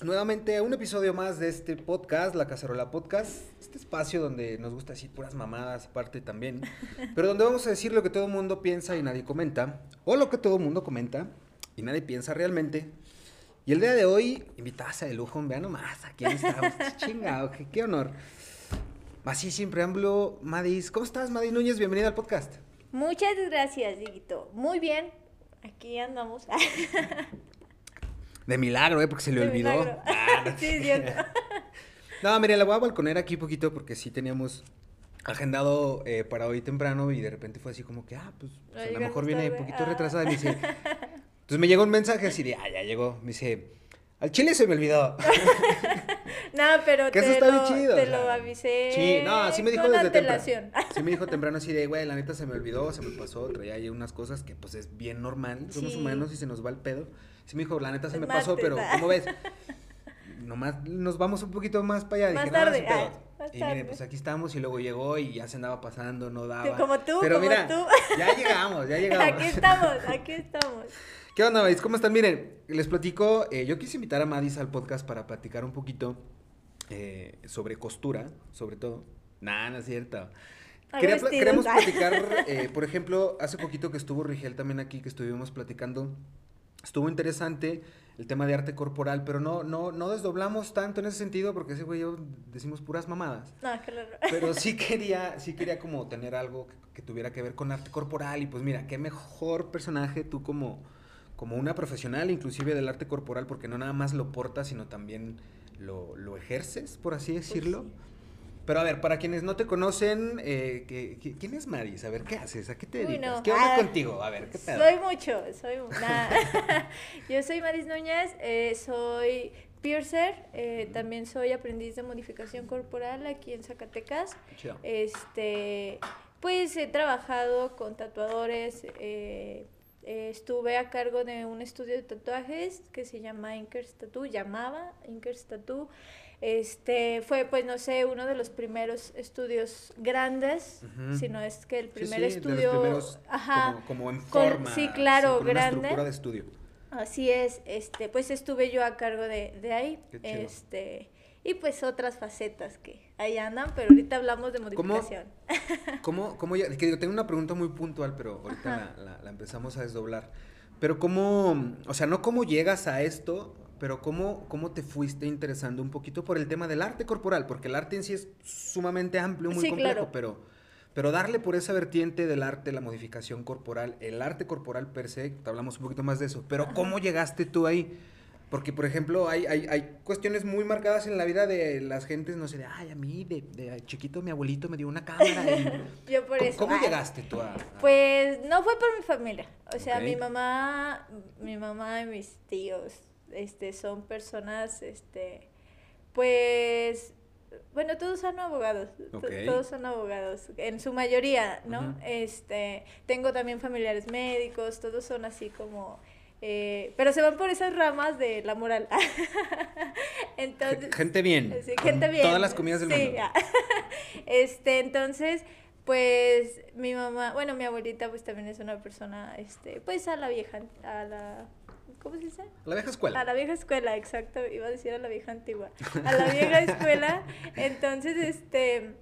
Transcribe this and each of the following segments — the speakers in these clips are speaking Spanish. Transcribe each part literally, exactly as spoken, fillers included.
pues nuevamente a un episodio más de este podcast, La Cacerola Podcast, este espacio donde nos gusta decir puras mamadas aparte también, pero donde vamos a decir lo que todo el mundo piensa y nadie comenta, o lo que todo el mundo comenta y nadie piensa realmente. Y el día de hoy, invitadas de lujo, vean nomás, aquí estamos, chingado, qué, qué honor. Así sin preámbulo, Madis, ¿cómo estás, Madis Núñez? Bienvenida al podcast. Muchas gracias, Dieguito. Muy bien, aquí andamos. De milagro, ¿eh? Porque se le De olvidó. milagro. Ah, no. Sí, es cierto. No, mira, la voy a balconer aquí poquito porque sí teníamos agendado eh, para hoy temprano y de repente fue así como que, ah, pues, pues, a lo mejor viene un poquito ah. retrasada. Y me dice, entonces me llegó un mensaje así de, ah, ya llegó. Me dice, al chile se me olvidó. No, pero que te, eso está lo, bien chido. te O sea, lo avisé. Sí, no, sí me dijo con desde antelación. temprano. Sí me dijo temprano así de, güey, la neta se me olvidó, se me pasó, traía ahí unas cosas que pues es bien normal, somos Sí. humanos y se nos va el pedo. Sí me dijo, la neta se me Martes, pasó, pero ah. ¿cómo ves? Nomás nos vamos un poquito más para allá. Más Dije, tarde, no, no, ah, más y tarde. mire, pues aquí estamos y luego llegó y ya se andaba pasando, no daba. Como tú, pero como mira, tú. ya llegamos, ya llegamos. Aquí estamos, aquí estamos. ¿Qué onda, Madis? ¿Cómo están? Miren, les platico, eh, yo quise invitar a Madis al podcast para platicar un poquito eh, sobre costura, sobre todo. Nah, no es cierto. Quería, vestidos, queremos ah. platicar, eh, por ejemplo, hace poquito que estuvo Rigel también aquí, que estuvimos platicando, estuvo interesante el tema de arte corporal, pero no, no, no desdoblamos tanto en ese sentido, porque ese güey y yo decimos puras mamadas. No, claro. Pero sí quería, sí quería como tener algo que, que tuviera que ver con arte corporal, y pues mira, qué mejor personaje tú como, como una profesional, inclusive del arte corporal, porque no nada más lo portas, sino también lo, lo ejerces, por así decirlo. Pues sí. Pero a ver, para quienes no te conocen, eh, ¿qué, qué, ¿quién es Madis? A ver, ¿qué haces? ¿A qué te Uy, dedicas? no. ¿Qué onda Ah, contigo? A ver, ¿qué pedo? Soy mucho, soy nada. Yo soy Madis Núñez, eh, soy piercer, eh, también soy aprendiz de modificación corporal aquí en Zacatecas. Chido. Este, pues he trabajado con tatuadores, eh, eh, estuve a cargo de un estudio de tatuajes que se llama Inkers Tattoo, llamaba Inkers Tattoo. Este, fue, pues, no sé, uno de los primeros estudios grandes, Uh-huh. si no es que el primer sí, sí, estudio, de los primeros, ajá, como, como en con- forma, sí, claro, sí, con grande. una estructura de estudio. Así es, este, pues estuve yo a cargo de, de ahí, Qué chido. este, y pues otras facetas que ahí andan, pero ahorita hablamos de ¿Cómo? modificación. ¿Cómo, cómo ya, que digo, tengo una pregunta muy puntual, pero ahorita la, la, la empezamos a desdoblar. Pero cómo, o sea, no cómo llegas a esto, pero cómo, cómo te fuiste interesando un poquito por el tema del arte corporal, porque el arte en sí es sumamente amplio, muy Sí, complejo, claro. pero, pero darle por esa vertiente del arte, la modificación corporal, el arte corporal per se, te hablamos un poquito más de eso, pero Ajá. ¿cómo llegaste tú ahí? Porque, por ejemplo, hay, hay, hay cuestiones muy marcadas en la vida de las gentes, no sé, de, ay, a mí, de, de chiquito, mi abuelito me dio una cámara. Y... Yo por ¿Cómo, eso. ¿Cómo ay, llegaste tú a...? a- Pues no fue por mi familia, o sea, Ok. mi mamá, mi mamá y mis tíos, este, son personas, este, pues, bueno, todos son abogados, to- Ok. todos son abogados, en su mayoría, ¿no? Ujú. Este, tengo también familiares médicos, todos son así como, eh, pero se van por esas ramas de la moral. Entonces, G- gente bien. sí, con gente bien. Todas las comidas del Sí, mundo. ah. Este, entonces, pues mi mamá, bueno, mi abuelita pues también es una persona, este, pues a la vieja, a la, ¿cómo se dice? La vieja escuela. A la vieja escuela, exacto, iba a decir a la vieja antigua, a la vieja escuela. Entonces, este,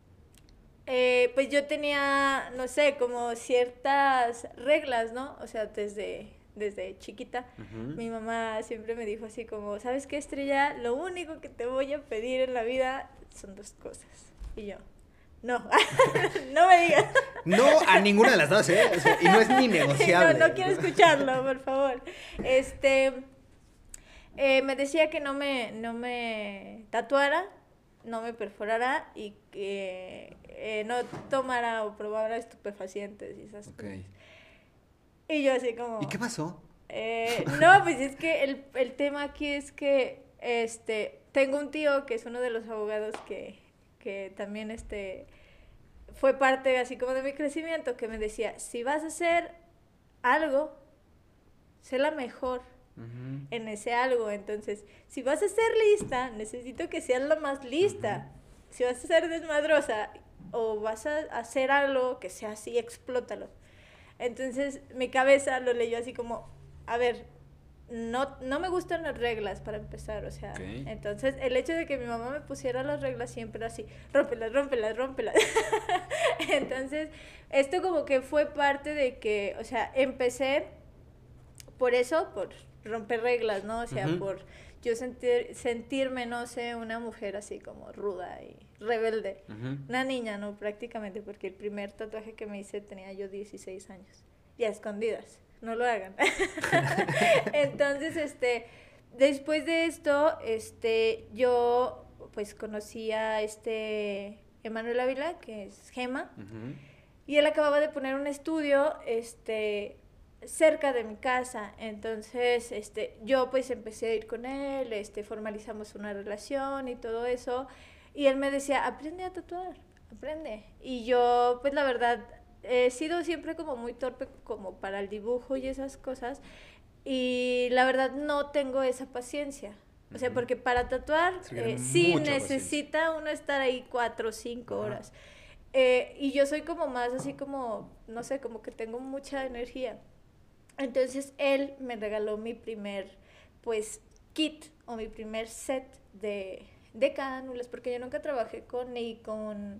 eh, pues yo tenía, no sé, como ciertas reglas, ¿no? O sea, desde, desde chiquita, Ujú. mi mamá siempre me dijo así como, ¿sabes qué, Estrella? Lo único que te voy a pedir en la vida son dos cosas. Y yo, no, no me digas. No a ninguna de las dos, ¿eh? O sea, y no es ni negociable. No, no quiero escucharlo, por favor. Este, eh, me decía que no me, no me tatuara, no me perforara y que eh, no tomara o probara estupefacientes y esas Ok. cosas. Y yo así como... ¿Y qué pasó? Eh, no, pues es que el, el tema aquí es que este, tengo un tío que es uno de los abogados que, que también este, fue parte así como de mi crecimiento, que me decía, si vas a hacer algo, sé la mejor Ujú. en ese algo. Entonces, si vas a ser lista, necesito que seas la más lista. Ujú. Si vas a ser desmadrosa o vas a hacer algo que sea así, explótalo. Entonces, mi cabeza lo leyó así como, a ver, no, no me gustan las reglas para empezar, o sea, Okay. entonces el hecho de que mi mamá me pusiera las reglas siempre era así, rómpelas, rómpelas, rómpelas. Entonces, esto como que fue parte de que, o sea, empecé por eso, por romper reglas, ¿no? O sea, Ujú. por yo sentir, sentirme, no sé, una mujer así como ruda y rebelde. Ujú. Una niña, ¿no? Prácticamente, porque el primer tatuaje que me hice tenía yo dieciséis años. Y a escondidas, no lo hagan. Entonces, este, después de esto, este, yo pues conocí a este Emanuel Ávila, que es Gema, Ujú. y él acababa de poner un estudio, este, cerca de mi casa. Entonces, este, yo pues empecé a ir con él, este, formalizamos una relación y todo eso. Y él me decía, aprende a tatuar, aprende. Y yo, pues la verdad, he sido siempre como muy torpe como para el dibujo y esas cosas. Y la verdad no tengo esa paciencia. O sea, Ujú. porque para tatuar Se requiere eh, sí mucha necesita uno estar ahí cuatro o cinco Ajá. horas. Eh, y yo soy como más así como, no sé, como que tengo mucha energía. Entonces él me regaló mi primer, pues, kit o mi primer set de, de cánulas, porque yo nunca trabajé con ni con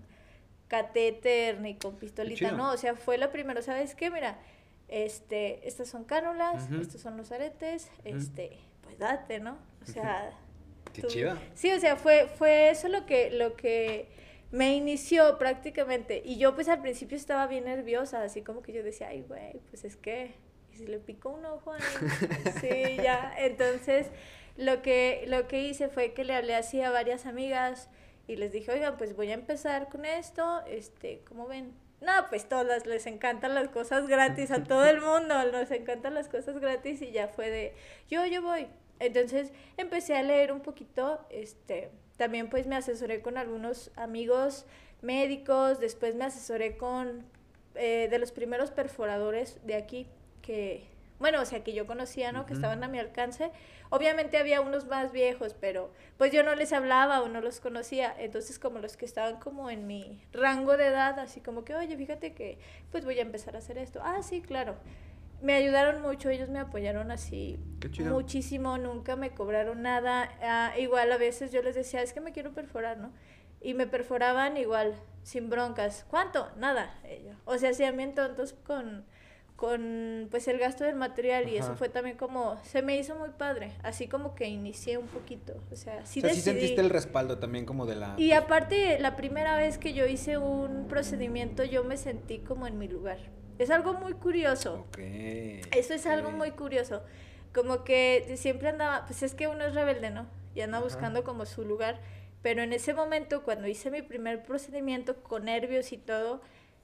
catéter ni con pistolita, chido. no, o sea, fue la primera, ¿sabes qué? Mira, este, estas son cánulas, Ujú. estos son los aretes, Ujú. este, pues date, ¿no? O sea, Qué tú- chida. sí, o sea, fue, fue eso lo que, lo que me inició prácticamente. Y yo pues al principio estaba bien nerviosa, así como que yo decía, ay, güey, pues es que, ¿y si le pico un ojo ahí? Sí, ya. Entonces, lo que, lo que hice fue que le hablé así a varias amigas y les dije, oigan, pues voy a empezar con esto, este, ¿cómo ven? No, pues todas les encantan las cosas gratis, a todo el mundo les encantan las cosas gratis y ya fue de, yo, yo voy. Entonces empecé a leer un poquito, este, también pues me asesoré con algunos amigos médicos, después me asesoré con eh, de los primeros perforadores de aquí, que, bueno, o sea, que yo conocía, ¿no? Que Ujú. estaban a mi alcance. Obviamente había unos más viejos, pero pues yo no les hablaba o no los conocía, entonces como los que estaban como en mi rango de edad, así como que, oye, fíjate que pues voy a empezar a hacer esto. Ah, sí, claro. Me ayudaron mucho, ellos me apoyaron así Qué chido. muchísimo, nunca me cobraron nada. Ah, igual a veces yo les decía, es que me quiero perforar, ¿no? Y me perforaban igual, sin broncas. ¿Cuánto? Nada. Ellos. O sea, hacían bien tontos con, con pues el gasto del material y Ajá. eso fue también como, se me hizo muy padre, así como que inicié un poquito, o sea, sí O sea, sí decidí. sentiste el respaldo también como de la... Y pues, aparte, la primera vez que yo hice un procedimiento, yo me sentí como en mi lugar. Es algo muy curioso. Ok. Eso es algo ok. muy curioso. Como que siempre andaba, pues es que uno es rebelde, ¿no? Y anda Ajá. buscando como su lugar. Pero en ese momento, cuando hice mi primer procedimiento con nervios y todo,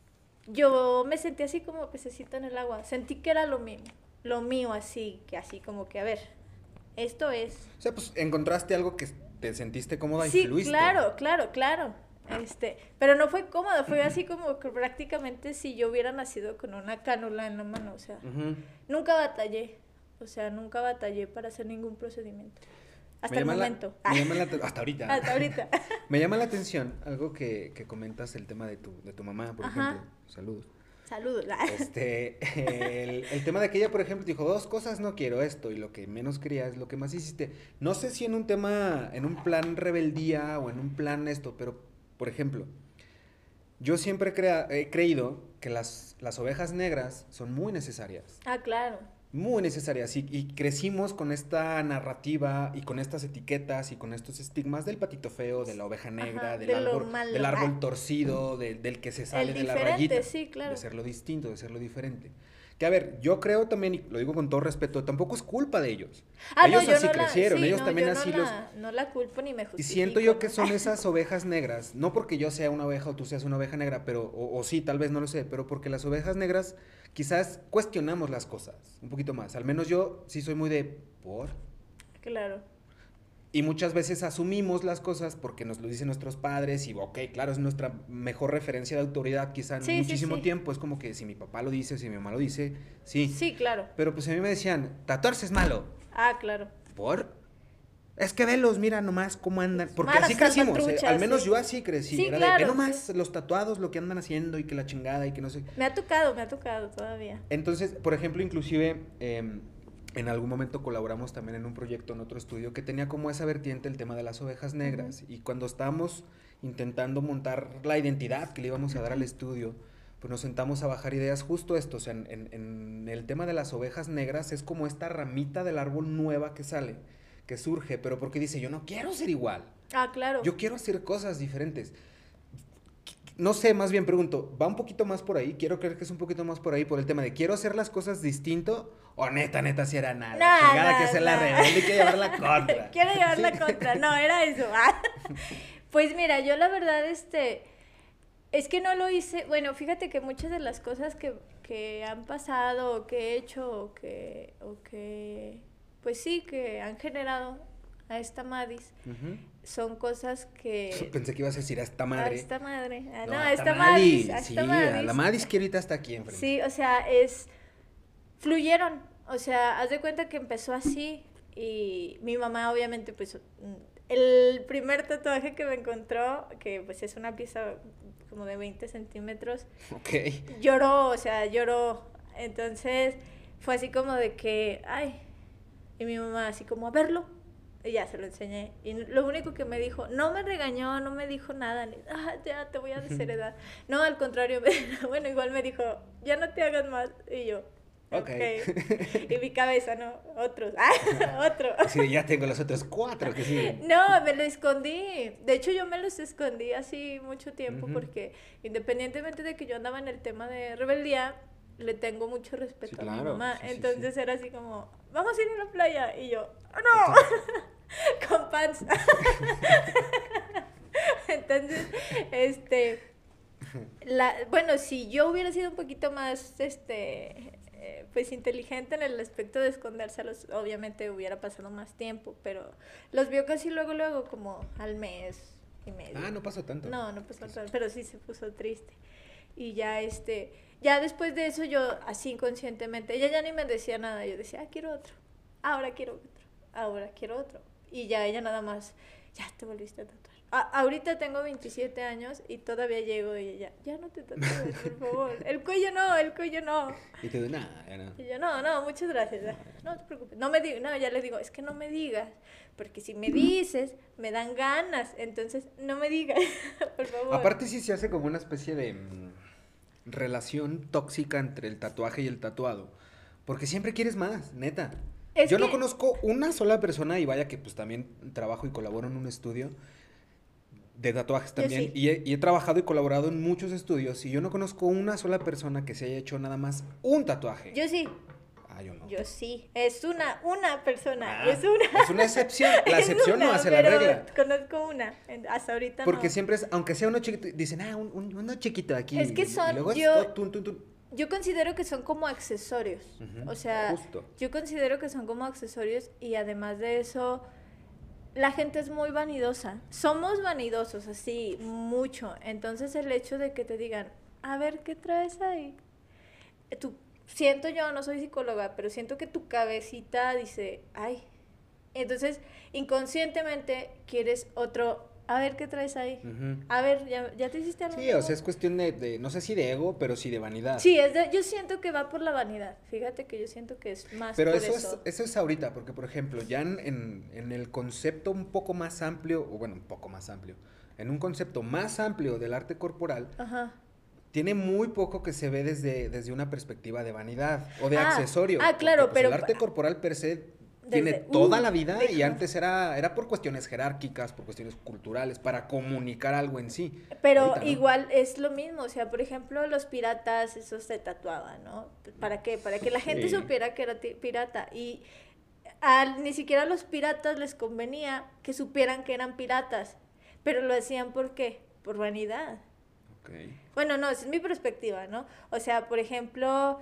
yo me sentí así como pececito en el agua. Sentí que era lo mío, lo mío así, que así como que, a ver, esto es. O sea, pues encontraste algo que te sentiste cómoda y Sí, fluiste. claro, claro, claro. Este, pero no fue cómodo, fue así como que prácticamente si yo hubiera nacido con una cánula en la mano, o sea, Ujú. nunca batallé, o sea, nunca batallé para hacer ningún procedimiento. Hasta Me el llama la- momento. me llama la te- hasta ahorita. Hasta ahorita. Me llama la atención algo que, que comentas, el tema de tu, de tu mamá, por Ajá. ejemplo. Saludos. Saludos. Este, el, el tema de que ella, por ejemplo, dijo, dos cosas no quiero esto, y lo que menos quería es lo que más hiciste. No sé si en un tema, en un plan rebeldía o en un plan esto, pero, por ejemplo, yo siempre he, crea- he creído que las, las ovejas negras son muy necesarias. Ah, claro. Muy necesarias y, y crecimos con esta narrativa y con estas etiquetas y con estos estigmas del patito feo, de la oveja negra, Ajá, del, de lo árbol, malo. del árbol Ah. torcido, de- del que se sale El de la diferente, rayita. sí, claro. De ser lo distinto, de ser lo diferente. Que a ver, yo creo también, y lo digo con todo respeto, tampoco es culpa de ellos. Ah, ellos no, yo así no crecieron, la, sí, ellos no, también yo así no los... la, no la culpo ni me Y justifico. siento yo que ¿no? son esas ovejas negras, no porque yo sea una oveja o tú seas una oveja negra, pero, o, o sí, tal vez no lo sé, pero porque las ovejas negras quizás cuestionamos las cosas un poquito más. Al menos yo sí soy muy de por. Claro. Y muchas veces asumimos las cosas porque nos lo dicen nuestros padres y, ok, claro, es nuestra mejor referencia de autoridad quizá en Sí, sí, muchísimo sí. tiempo. Es como que si mi papá lo dice, si mi mamá lo dice, sí. Sí, claro. Pero pues a mí me decían, tatuarse es malo. Ah, claro. ¿Por? Es que velos, mira nomás cómo andan. Porque Malas así crecimos, eh, salvatruchas, al menos sí. yo así crecí. Sí, Era claro, de, ve nomás sí. los tatuados, lo que andan haciendo y que la chingada y que no sé. Me ha tocado, me ha tocado todavía. Entonces, por ejemplo, inclusive, eh, en algún momento colaboramos también en un proyecto en otro estudio que tenía como esa vertiente el tema de las ovejas negras. Uh-huh. Y cuando estábamos intentando montar la identidad que le íbamos a dar al estudio, pues nos sentamos a bajar ideas justo esto. O sea, en, en, en el tema de las ovejas negras es como esta ramita del árbol nueva que sale, que surge, pero porque dice, yo no quiero ser igual. Ah, claro. Yo quiero hacer cosas diferentes. No sé, más bien pregunto, ¿va un poquito más por ahí? Quiero creer que es un poquito más por ahí, por el tema de quiero hacer las cosas distinto, o neta, neta, si era nada. Nah, chingada nah, que hacer nah. la rebelde y que llevar la contra. Quiero llevar la contra, no, era eso. Pues mira, yo la verdad, este, es que no lo hice, bueno, fíjate que muchas de las cosas que, que han pasado, o que he hecho, o que, o que, pues sí, que han generado a esta Madis, uh-huh. son cosas que... Pensé que ibas a decir a esta madre. A esta madre. Ah, no, no, a esta Madis. Madis. A sí, esta Madis. a la Madis que ahorita está aquí enfrente. Sí, o sea, es... Fluyeron. O sea, haz de cuenta que empezó así y mi mamá obviamente pues... El primer tatuaje que me encontró, que pues es una pieza como de veinte centímetros. Ok. Lloró, o sea, lloró. Entonces fue así como de que, ay, y mi mamá así como, a verlo. Y ya se lo enseñé. Y lo único que me dijo, no me regañó, no me dijo nada, ni, ah, ya te voy a desheredar. No, al contrario, me, bueno, igual me dijo, ya no te hagas más. Y yo, ok. okay. Y mi cabeza, no, otros, ah, otro. Sí, ya tengo los otros cuatro que sí. No, me lo escondí. De hecho, yo me los escondí así mucho tiempo, uh-huh. porque independientemente de que yo andaba en el tema de rebeldía, le tengo mucho respeto sí, a claro. mi mamá. Sí, Entonces sí, sí. era así como, vamos a ir a la playa. Y yo, oh, no. Con pants. Entonces, este, la, bueno, si yo hubiera sido un poquito más, este, eh, pues inteligente en el aspecto de escondérselos, obviamente hubiera pasado más tiempo, pero los vio casi luego, luego, como al mes y medio. Ah, no pasó tanto. No, no pasó tanto, pero sí se puso triste. Y ya, este, ya después de eso yo, así inconscientemente, ella ya ni me decía nada, yo decía, ah, quiero otro, ahora quiero otro, ahora quiero otro. Y ya ella nada más, ya te volviste a tatuar. A- ahorita tengo veintisiete años y todavía llego y ella, ya no te tatúes, por favor. El cuello no, el cuello no. Y te digo, nada, ya no. Y yo, no, no, muchas gracias. No te preocupes. No me digas, no, ya le digo, es que no me digas. Porque si me dices, me dan ganas. Entonces, no me digas, por favor. Aparte sí se hace como una especie de mm, relación tóxica entre el tatuaje y el tatuado. Porque siempre quieres más, neta. Es Yo que... no conozco una sola persona, y vaya que pues también trabajo y colaboro en un estudio de tatuajes también, sí. y, he, y he trabajado y colaborado en muchos estudios, y yo no conozco una sola persona que se haya hecho nada más un tatuaje. Yo sí. Ah, yo no. Yo sí. Es una, una persona, ah, es una. Es una excepción, la excepción una, no hace la regla. Conozco una, hasta ahorita Porque no. siempre es, aunque sea uno chiquito, dicen, ah, un, un, uno chiquito aquí. Es que son, y luego yo... es, tun, tun, tun. Yo considero que son como accesorios, uh-huh, o sea, justo. Yo considero que son como accesorios y además de eso, la gente es muy vanidosa, somos vanidosos así, mucho, entonces el hecho de que te digan, a ver, ¿qué traes ahí? Tú, siento yo, no soy psicóloga, pero siento que tu cabecita dice, ay, entonces inconscientemente quieres otro... A ver, ¿qué traes ahí? Uh-huh. A ver, ¿ya, ¿ya te hiciste algo? Sí, o sea, es cuestión de, de, no sé si de ego, pero sí de vanidad. Sí, es de, yo siento que va por la vanidad. Fíjate que yo siento que es más pero por eso. Pero eso. Es, eso es ahorita, porque, por ejemplo, ya en, en, en el concepto un poco más amplio, o bueno, un poco más amplio, en un concepto más amplio del arte corporal, ajá, tiene muy poco que se ve desde, desde una perspectiva de vanidad o de ah, accesorio. Ah, claro, porque, pues, pero... el arte corporal per se... Desde, tiene toda uh, la vida deja. Y antes era, era por cuestiones jerárquicas, por cuestiones culturales, para comunicar algo en sí. Pero ahorita, ¿no? Igual es lo mismo, o sea, por ejemplo, los piratas, eso se tatuaban, ¿no? ¿Para qué? Para que la gente sí. supiera que era pirata. Y a, ni siquiera a los piratas les convenía que supieran que eran piratas, pero lo hacían ¿por qué? Por vanidad. Okay. Bueno, no, esa es mi perspectiva, ¿no? O sea, por ejemplo,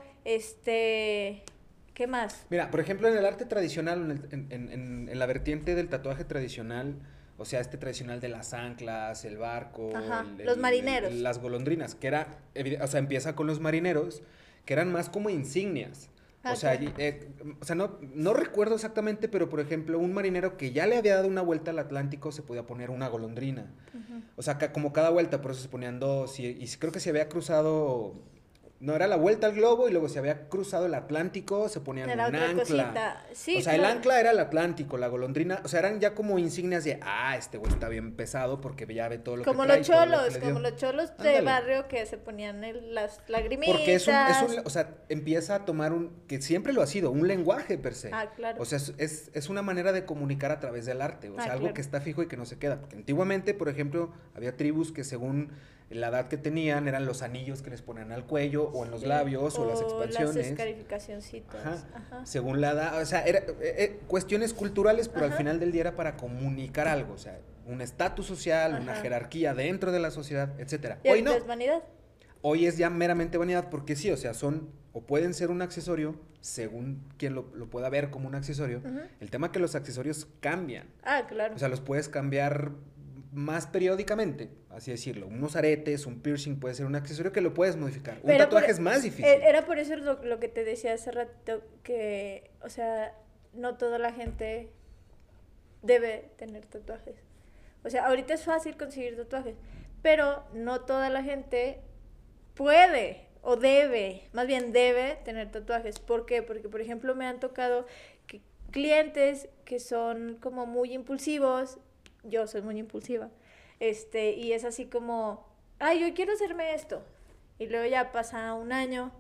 este... ¿Qué más? Mira, por ejemplo, en el arte tradicional, en, en, en, en la vertiente del tatuaje tradicional, o sea, este tradicional de las anclas, el barco, ajá, el, los el, marineros, el, las golondrinas, que era, o sea, empieza con los marineros, que eran más como insignias. Okay. O sea, eh, o sea no, no recuerdo exactamente, pero por ejemplo, un marinero que ya le había dado una vuelta al Atlántico se podía poner una golondrina. Uh-huh. O sea, como cada vuelta, por eso se ponían dos, y, y creo que se había cruzado No, era la vuelta al globo y luego se había cruzado el Atlántico, se ponían Era un otra ancla. cosita. Sí, o sea, claro. el ancla era el Atlántico, la golondrina, o sea, eran ya como insignias de, ah, este güey está bien pesado porque ya ve todo lo Como que trae. los todo lo que cholos, le dio. como los cholos de Ándale. barrio que se ponían el- las lagrimitas. Porque es un, es un, o sea, empieza a tomar un, que siempre lo ha sido, un lenguaje per se. Ah, claro. O sea, es, es, es una manera de comunicar a través del arte, o sea, Ah, algo claro. que está fijo y que no se queda. Porque antiguamente, por ejemplo, había tribus que según la edad que tenían eran los anillos que les ponían al cuello o en los Sí, labios o, las Las expansiones. escarificacioncitas. Ajá. Ajá. Según la edad, o sea, era, eh, eh, cuestiones culturales, pero al Ajá. final del día era para comunicar algo, o sea, un estatus social, una Ajá. jerarquía dentro de la sociedad, etcétera. Y Hoy ahorita no. es vanidad. Hoy es ya meramente vanidad porque sí, o sea, son o pueden ser un accesorio según quien lo, lo pueda ver como un accesorio. Ujú. El tema es que los accesorios cambian. Ah, claro. O sea, los puedes cambiar más periódicamente, así decirlo. Unos aretes, un piercing puede ser un accesorio que lo puedes modificar. Un Pero tatuaje por- es más difícil. e- Era por eso lo, lo que te decía hace rato, que, o sea, no toda la gente debe tener tatuajes. O sea, ahorita es fácil conseguir tatuajes, pero no toda la gente puede o debe, más bien debe tener tatuajes. ¿Por qué? Porque, por ejemplo, me han tocado que- clientes que son como muy impulsivos, yo soy muy impulsiva, este, y es así como, ay, yo quiero hacerme esto. Y luego ya pasa un año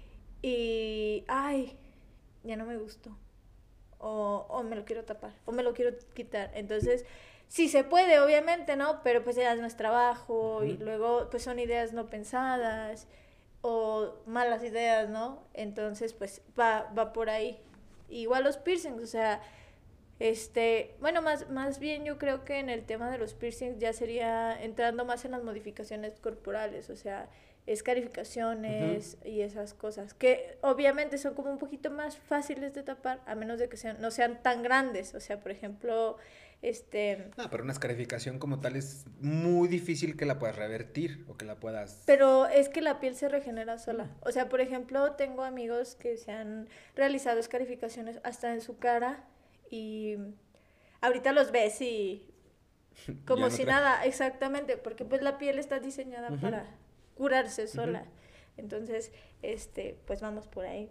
y, ay, ya no me gustó. O, o me lo quiero tapar, o me lo quiero quitar. Entonces, sí se puede, obviamente, ¿no? Pero pues ya no es trabajo, y Ujú. luego pues son ideas no pensadas, o malas ideas, ¿no? Entonces, pues va, va por ahí. Igual los piercings, o sea, este, bueno, más, más bien yo creo que en el tema de los piercings ya sería entrando más en las modificaciones corporales, o sea, escarificaciones y esas cosas, que obviamente son como un poquito más fáciles de tapar, a menos de que sean, no sean tan grandes, o sea, por ejemplo, este... No, pero una escarificación como tal es muy difícil que la puedas revertir o que la puedas... Pero es que la piel se regenera sola. O sea, por ejemplo, tengo amigos que se han realizado escarificaciones hasta en su cara y ahorita los ves y como Ya no si trae- nada, exactamente, porque pues la piel está diseñada Ujú. para curarse sola. Ujú. Entonces, este, pues vamos por ahí.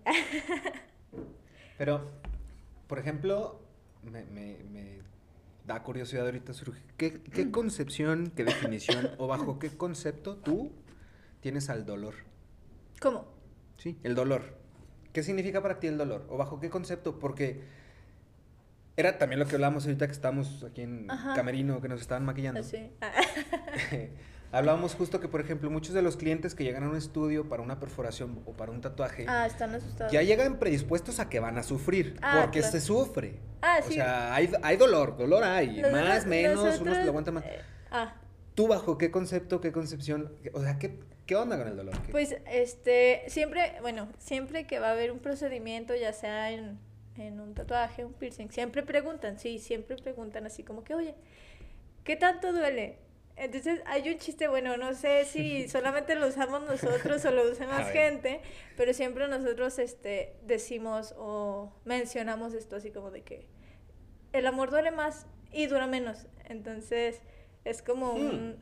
Pero, por ejemplo, me, me, me da curiosidad ahorita surge. ¿Qué, qué concepción, qué definición o bajo qué concepto tú tienes al dolor? ¿Cómo? Sí, el dolor. ¿Qué significa para ti el dolor? ¿O bajo qué concepto? Porque era también lo que hablábamos ahorita que estábamos aquí en Ajá. Camerino, que nos estaban maquillando. Así. Hablábamos justo que, por ejemplo, muchos de los clientes que llegan a un estudio para una perforación o para un tatuaje, Ah, están asustados. ya llegan predispuestos a que van a sufrir, Ah, porque claro. se sufre. Ah, O sí. sea, hay, hay dolor, dolor hay, Nosotros- más, menos, nosotros, unos lo aguantan más. eh, ah, ¿Tú bajo qué concepto, qué concepción, qué- o sea, qué, qué onda con el dolor? ¿Qué- pues este, siempre, bueno, siempre que va a haber un procedimiento, ya sea en, en un tatuaje, un piercing, siempre preguntan, sí, siempre preguntan así como que, oye, ¿qué tanto duele? Entonces hay un chiste, bueno, no sé si solamente lo usamos nosotros o lo usa A más ver. gente, pero siempre nosotros este, decimos o mencionamos esto así como de que el amor duele más y dura menos. Entonces es como un...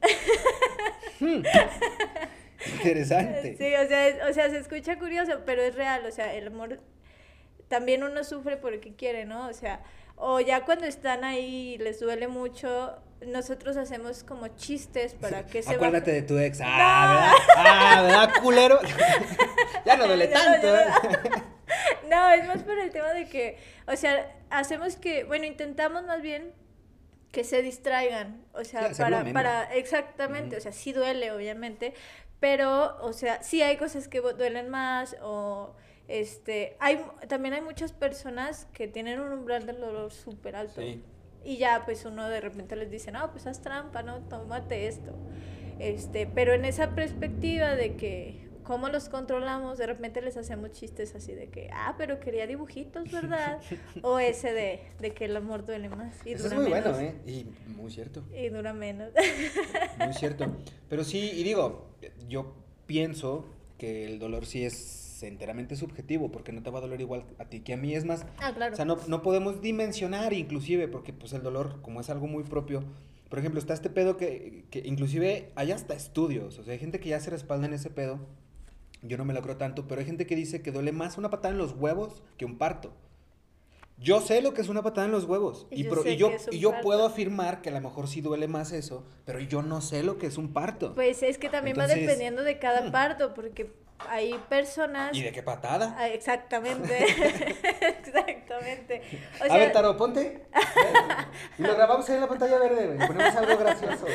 Interesante. Sí, o sea, es- o sea, se escucha curioso, pero es real, o sea, el amor también uno sufre porque quiere, ¿no? O sea, o ya cuando están ahí y les duele mucho, nosotros hacemos como chistes para que se Acuérdate baje- de tu ex. Ah, ¿verdad? Ah, ¿verdad, culero? Ya no duele Ya no, tanto, ya ¿eh? no. No, es más por el tema de que, o sea, hacemos que, bueno, intentamos más bien que se distraigan, o Sí, sea, hacerlo para, ameno. para, exactamente, Ujú. o sea, sí duele, obviamente, pero, o sea, sí hay cosas que duelen más, o, este, hay, también hay muchas personas que tienen un umbral del dolor súper alto, Sí. y ya, pues, uno de repente les dice, no, pues, haz trampa, no, tómate esto, este, pero en esa perspectiva de que cómo los controlamos, de repente les hacemos chistes así de que, ah, pero quería dibujitos, ¿verdad? O ese de, de que el amor duele más y Eso es dura muy menos. bueno, ¿eh? Y muy cierto, Y dura menos. muy cierto. Pero sí, y digo, yo pienso que el dolor sí es enteramente subjetivo, porque no te va a doler igual a ti que a mí. Es más, Ah, claro. o sea, no, no podemos dimensionar inclusive, porque pues el dolor, como es algo muy propio, por ejemplo, está este pedo que, que inclusive hay hasta estudios, o sea, hay gente que ya se respalda en ese pedo, Yo no me lo creo tanto, pero hay gente que dice que duele más una patada en los huevos que un parto. Yo sé lo que es una patada en los huevos. Y Y, yo pro- sé y yo, que es un y yo parto. puedo afirmar que a lo mejor sí duele más eso, pero yo no sé lo que es un parto. Pues es que también va Entonces, dependiendo de cada hmm. parto, porque hay personas... ¿Y de qué patada? Ah, exactamente, exactamente. O A sea, ver, Taro, ponte. Y lo grabamos ahí en la pantalla verde, güey. Le ponemos algo gracioso.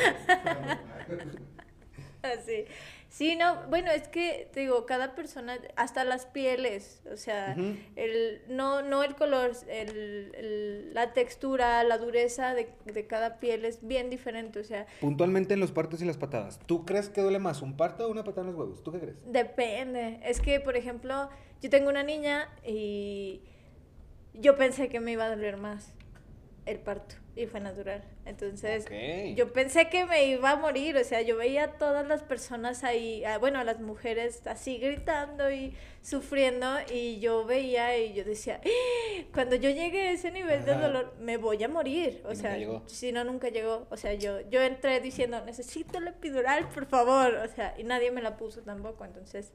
así. Sí, no, bueno, es que, te digo, cada persona, hasta las pieles, o sea, Ujú. el, no, no el color, el, el- la textura, la dureza de, de cada piel es bien diferente, o sea, Puntualmente en los partos y las patadas. ¿Tú crees que duele más un parto o una patada en los huevos? ¿Tú qué crees? depende. Es que, por ejemplo, yo tengo una niña y yo pensé que me iba a doler más el parto y fue natural. Entonces, Ok. yo pensé que me iba a morir, o sea, yo veía a todas las personas ahí, ah, bueno, a las mujeres así gritando y sufriendo y yo veía y yo decía, "¡Ah! Cuando yo llegue a ese nivel de Ajá. dolor, me voy a morir", o Y sea, nunca llegó. si no, nunca llegó, o sea, yo, yo entré diciendo, necesito la epidural, por favor, o sea, y nadie me la puso tampoco, entonces,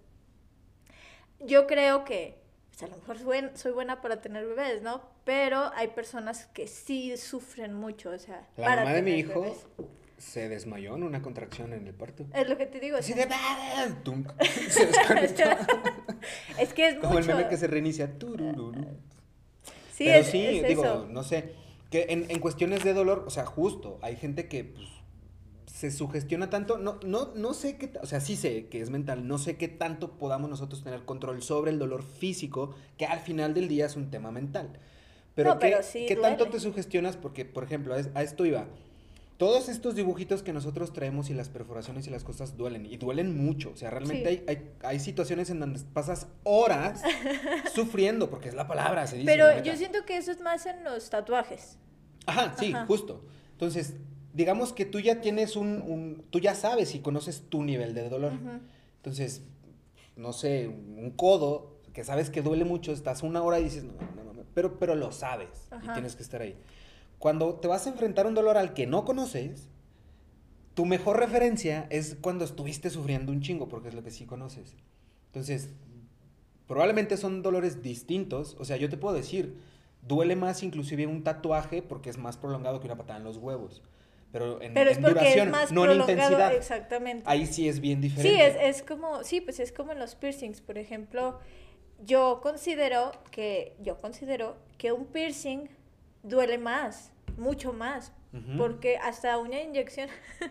yo creo que, pues a lo mejor soy, buen- soy buena para tener bebés, ¿no? Pero hay personas que sí sufren mucho, o sea, La para mamá de mi tener hijo bebés. se desmayó en una contracción en el parto. Es lo que te digo, o Así sea, de ¡bam! ¡Tum! Se desconectó. es que es Como el mucho. meme que se reinicia. Turururu. Sí, Pero es, sí, es digo, eso. no sé. Que en, en cuestiones de dolor, o sea, justo, hay gente que pues, se sugestiona tanto. No, no, no sé qué, ta- o sea, sí sé que es mental, no sé qué tanto podamos nosotros tener control sobre el dolor físico, que al final del día es un tema mental. Pero, No, pero ¿qué, sí qué tanto duele. te sugestionas? Porque, por ejemplo, a, es- a esto iba. Todos estos dibujitos que nosotros traemos y las perforaciones y las cosas duelen, y duelen mucho. O sea, realmente Sí. hay, hay, hay situaciones en donde pasas horas sufriendo, porque es la palabra, se dice. la Pero neta. yo siento que eso es más en los tatuajes. Ajá, sí, Ajá. justo. Entonces, digamos que tú ya tienes un, un- tú ya sabes y conoces tu nivel de dolor. Ujú. Entonces, no sé, un codo, que sabes que duele mucho, estás una hora y dices, no, no, no, no, pero, pero lo sabes y Ajá. tienes que estar ahí. Cuando te vas a enfrentar a un dolor al que no conoces, tu mejor referencia es cuando estuviste sufriendo un chingo, porque es lo que sí conoces. Entonces, probablemente son dolores distintos. O sea, yo te puedo decir, duele más inclusive un tatuaje porque es más prolongado que una patada en los huevos. Pero en, Pero es en porque duración, es más no en prolongado, intensidad. exactamente. Ahí sí es bien Sí, diferente. es, es como, sí, pues es como en los piercings, por ejemplo, yo considero que, yo considero que un piercing duele más, mucho más, Ujú. porque hasta una inyección,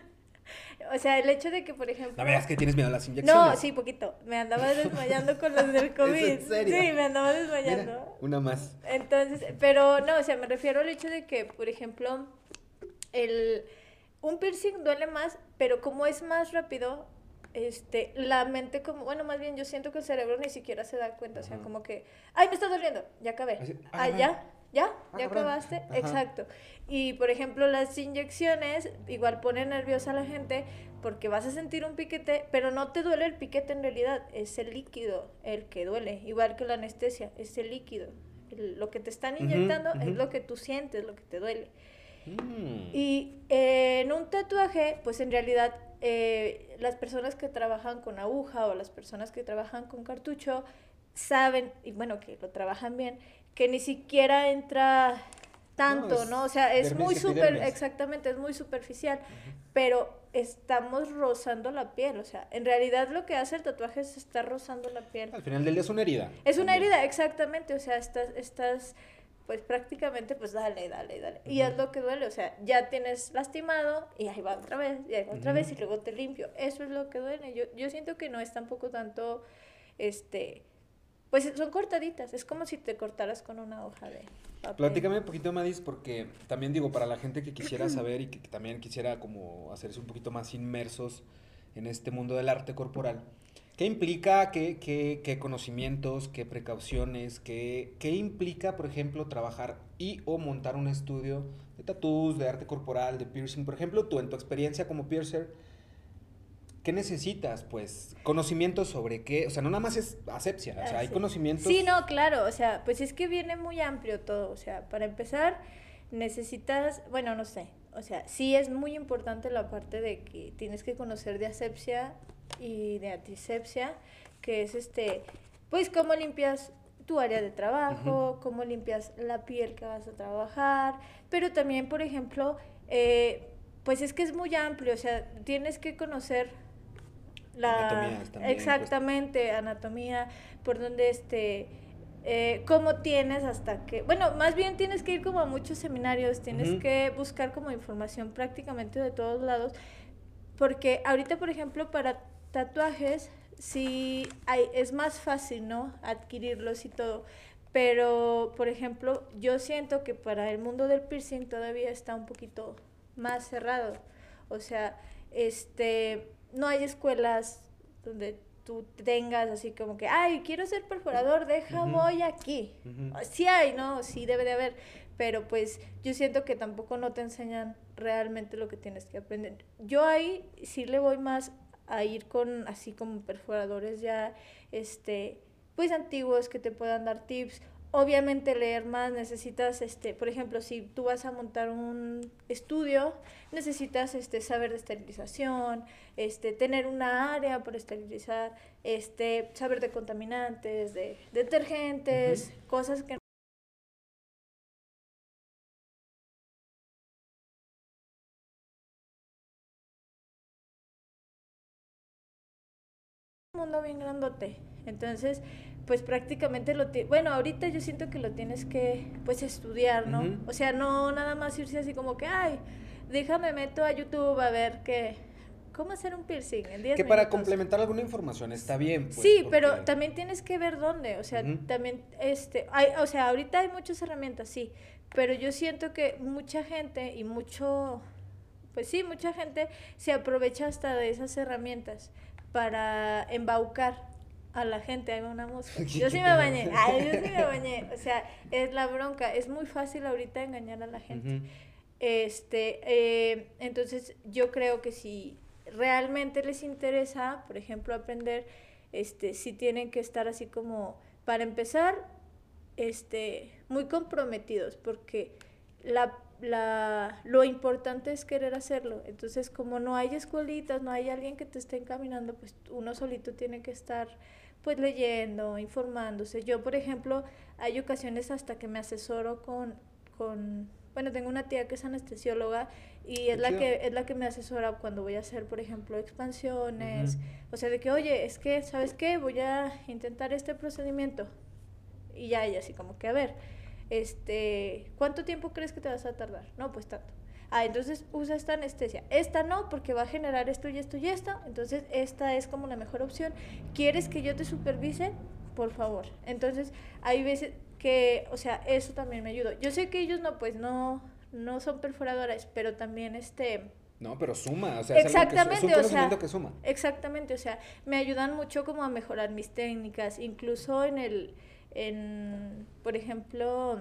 o sea, el hecho de que, por ejemplo... La verdad es que tienes miedo a las inyecciones. No, sí, poquito, me andaba desmayando con los del COVID. ¿Es en serio? Sí, me andaba Mira, desmayando. una más. Entonces, pero no, o sea, me refiero al hecho de que, por ejemplo, el, un piercing duele más, pero como es más rápido, este, la mente como, bueno, más bien yo siento que el cerebro ni siquiera se da cuenta, o sea, Ajá. como que, ay, me está doliendo, ya acabé. Así, Ah, ah, ya, ya, ah, ya cabrón. acabaste, Ajá. exacto. Y por ejemplo, las inyecciones igual ponen nerviosa a la gente porque vas a sentir un piquete, pero no te duele el piquete en realidad, es el líquido el que duele, igual que la anestesia, es el líquido. El- lo que te están Ujú, inyectando ujú. es lo que tú sientes, lo que te duele. Mm. Y eh, en un tatuaje, pues en realidad eh, las personas que trabajan con aguja o las personas que trabajan con cartucho saben, y bueno, que lo trabajan bien, que ni siquiera entra tanto, es ¿no? O sea, es dermis muy y super, epidermis. exactamente, es muy superficial, Ujú. pero estamos rozando la piel, o sea, en realidad lo que hace el tatuaje es estar rozando la piel. Al final del día es una herida. Es una también. herida, exactamente, o sea, estás, estás, pues prácticamente, pues dale, dale, dale. Y Ujú. es lo que duele, o sea, ya tienes lastimado y ahí va otra vez, y ahí va otra Ujú. vez y luego te limpio. Eso es lo que duele. Yo, yo siento que no es tampoco tanto, este, pues son cortaditas, es como si te cortaras con una hoja de papel. Platícame un poquito, Madis, porque también digo, para la gente que quisiera saber y que, que también quisiera como hacerse un poquito más inmersos en este mundo del arte corporal, ¿qué implica, qué, qué, qué conocimientos, qué precauciones, qué, qué implica, por ejemplo, trabajar y o montar un estudio de tattoos, de arte corporal, de piercing? Por ejemplo, tú en tu experiencia como piercer, ¿qué necesitas? Pues conocimientos sobre qué, o sea, no nada más es asepsia, o sea, Ah, hay sí. conocimientos... Sí, no, claro, o sea, pues es que viene muy amplio todo, o sea, para empezar necesitas, bueno, no sé, o sea, sí es muy importante la parte de que tienes que conocer de asepsia y de antisepsia, que es este, pues cómo limpias tu área de trabajo, uh-huh. cómo limpias la piel que vas a trabajar, pero también, por ejemplo, eh, pues es que es muy amplio, o sea, tienes que conocer la... Anatomía también, exactamente, pues. Anatomía, por donde este... Eh, cómo tienes hasta que, bueno, más bien tienes que ir como a muchos seminarios, tienes uh-huh. que buscar como información prácticamente de todos lados, porque ahorita, por ejemplo, para tatuajes, sí hay, es más fácil, ¿no? Adquirirlos y todo, pero, por ejemplo, yo siento que para el mundo del piercing todavía está un poquito más cerrado, o sea, este, no hay escuelas donde tú tengas así como que, ay, quiero ser perforador, deja, uh-huh. voy aquí. Uh-huh. Sí hay, ¿no? Sí debe de haber, pero pues yo siento que tampoco no te enseñan realmente lo que tienes que aprender. Yo ahí sí le voy más a ir con así como perforadores ya, este, pues antiguos que te puedan dar tips. Obviamente leer más, necesitas, este, por ejemplo, si tú vas a montar un estudio, necesitas este, saber de esterilización, este, tener una área por esterilizar, este, saber de contaminantes, de detergentes, uh-huh. cosas que... Un mundo bien grandote, entonces... pues prácticamente lo tienes, bueno, ahorita yo siento que lo tienes que, pues, estudiar, ¿no? Uh-huh. O sea, no nada más irse así como que, ay, déjame meto a YouTube a ver qué, cómo hacer un piercing en diez Que para minutos. Complementar alguna información está bien, pues. Sí, porque... pero también tienes que ver dónde, o sea, uh-huh. también, este, hay, o sea, ahorita hay muchas herramientas, sí, pero yo siento que mucha gente y mucho, pues sí, mucha gente se aprovecha hasta de esas herramientas para embaucar a la gente, hay una mosca. Yo sí me bañé, ay, yo sí me bañé. O sea, es la bronca, es muy fácil ahorita engañar a la gente. Uh-huh. Este, eh, entonces yo creo que si realmente les interesa, por ejemplo, aprender, este, sí tienen que estar así como, para empezar, este, muy comprometidos, porque la La, lo importante es querer hacerlo. Entonces, como no hay escuelitas, no hay alguien que te esté encaminando, pues uno solito tiene que estar pues leyendo, informándose. Yo, por ejemplo, hay ocasiones hasta que me asesoro con, con bueno, tengo una tía que es anestesióloga y es la que es la que me asesora cuando voy a hacer, por ejemplo, expansiones, uh-huh. o sea, de que, oye, es que, ¿sabes qué? Voy a intentar este procedimiento. Y ya, y así como que, a ver, este, ¿cuánto tiempo crees que te vas a tardar? No, pues tanto. Ah, entonces usa esta anestesia. Esta no, porque va a generar esto y esto y esto. Entonces esta es como la mejor opción. ¿Quieres que yo te supervise? Por favor. Entonces hay veces que, o sea, eso también me ayudó. Yo sé que ellos no, pues no, no son perforadores, pero también este... No, pero suma, o sea, exactamente, es, algo que, es un conocimiento o sea, que suma. Exactamente, o sea, me ayudan mucho como a mejorar mis técnicas, incluso en el... en, por ejemplo,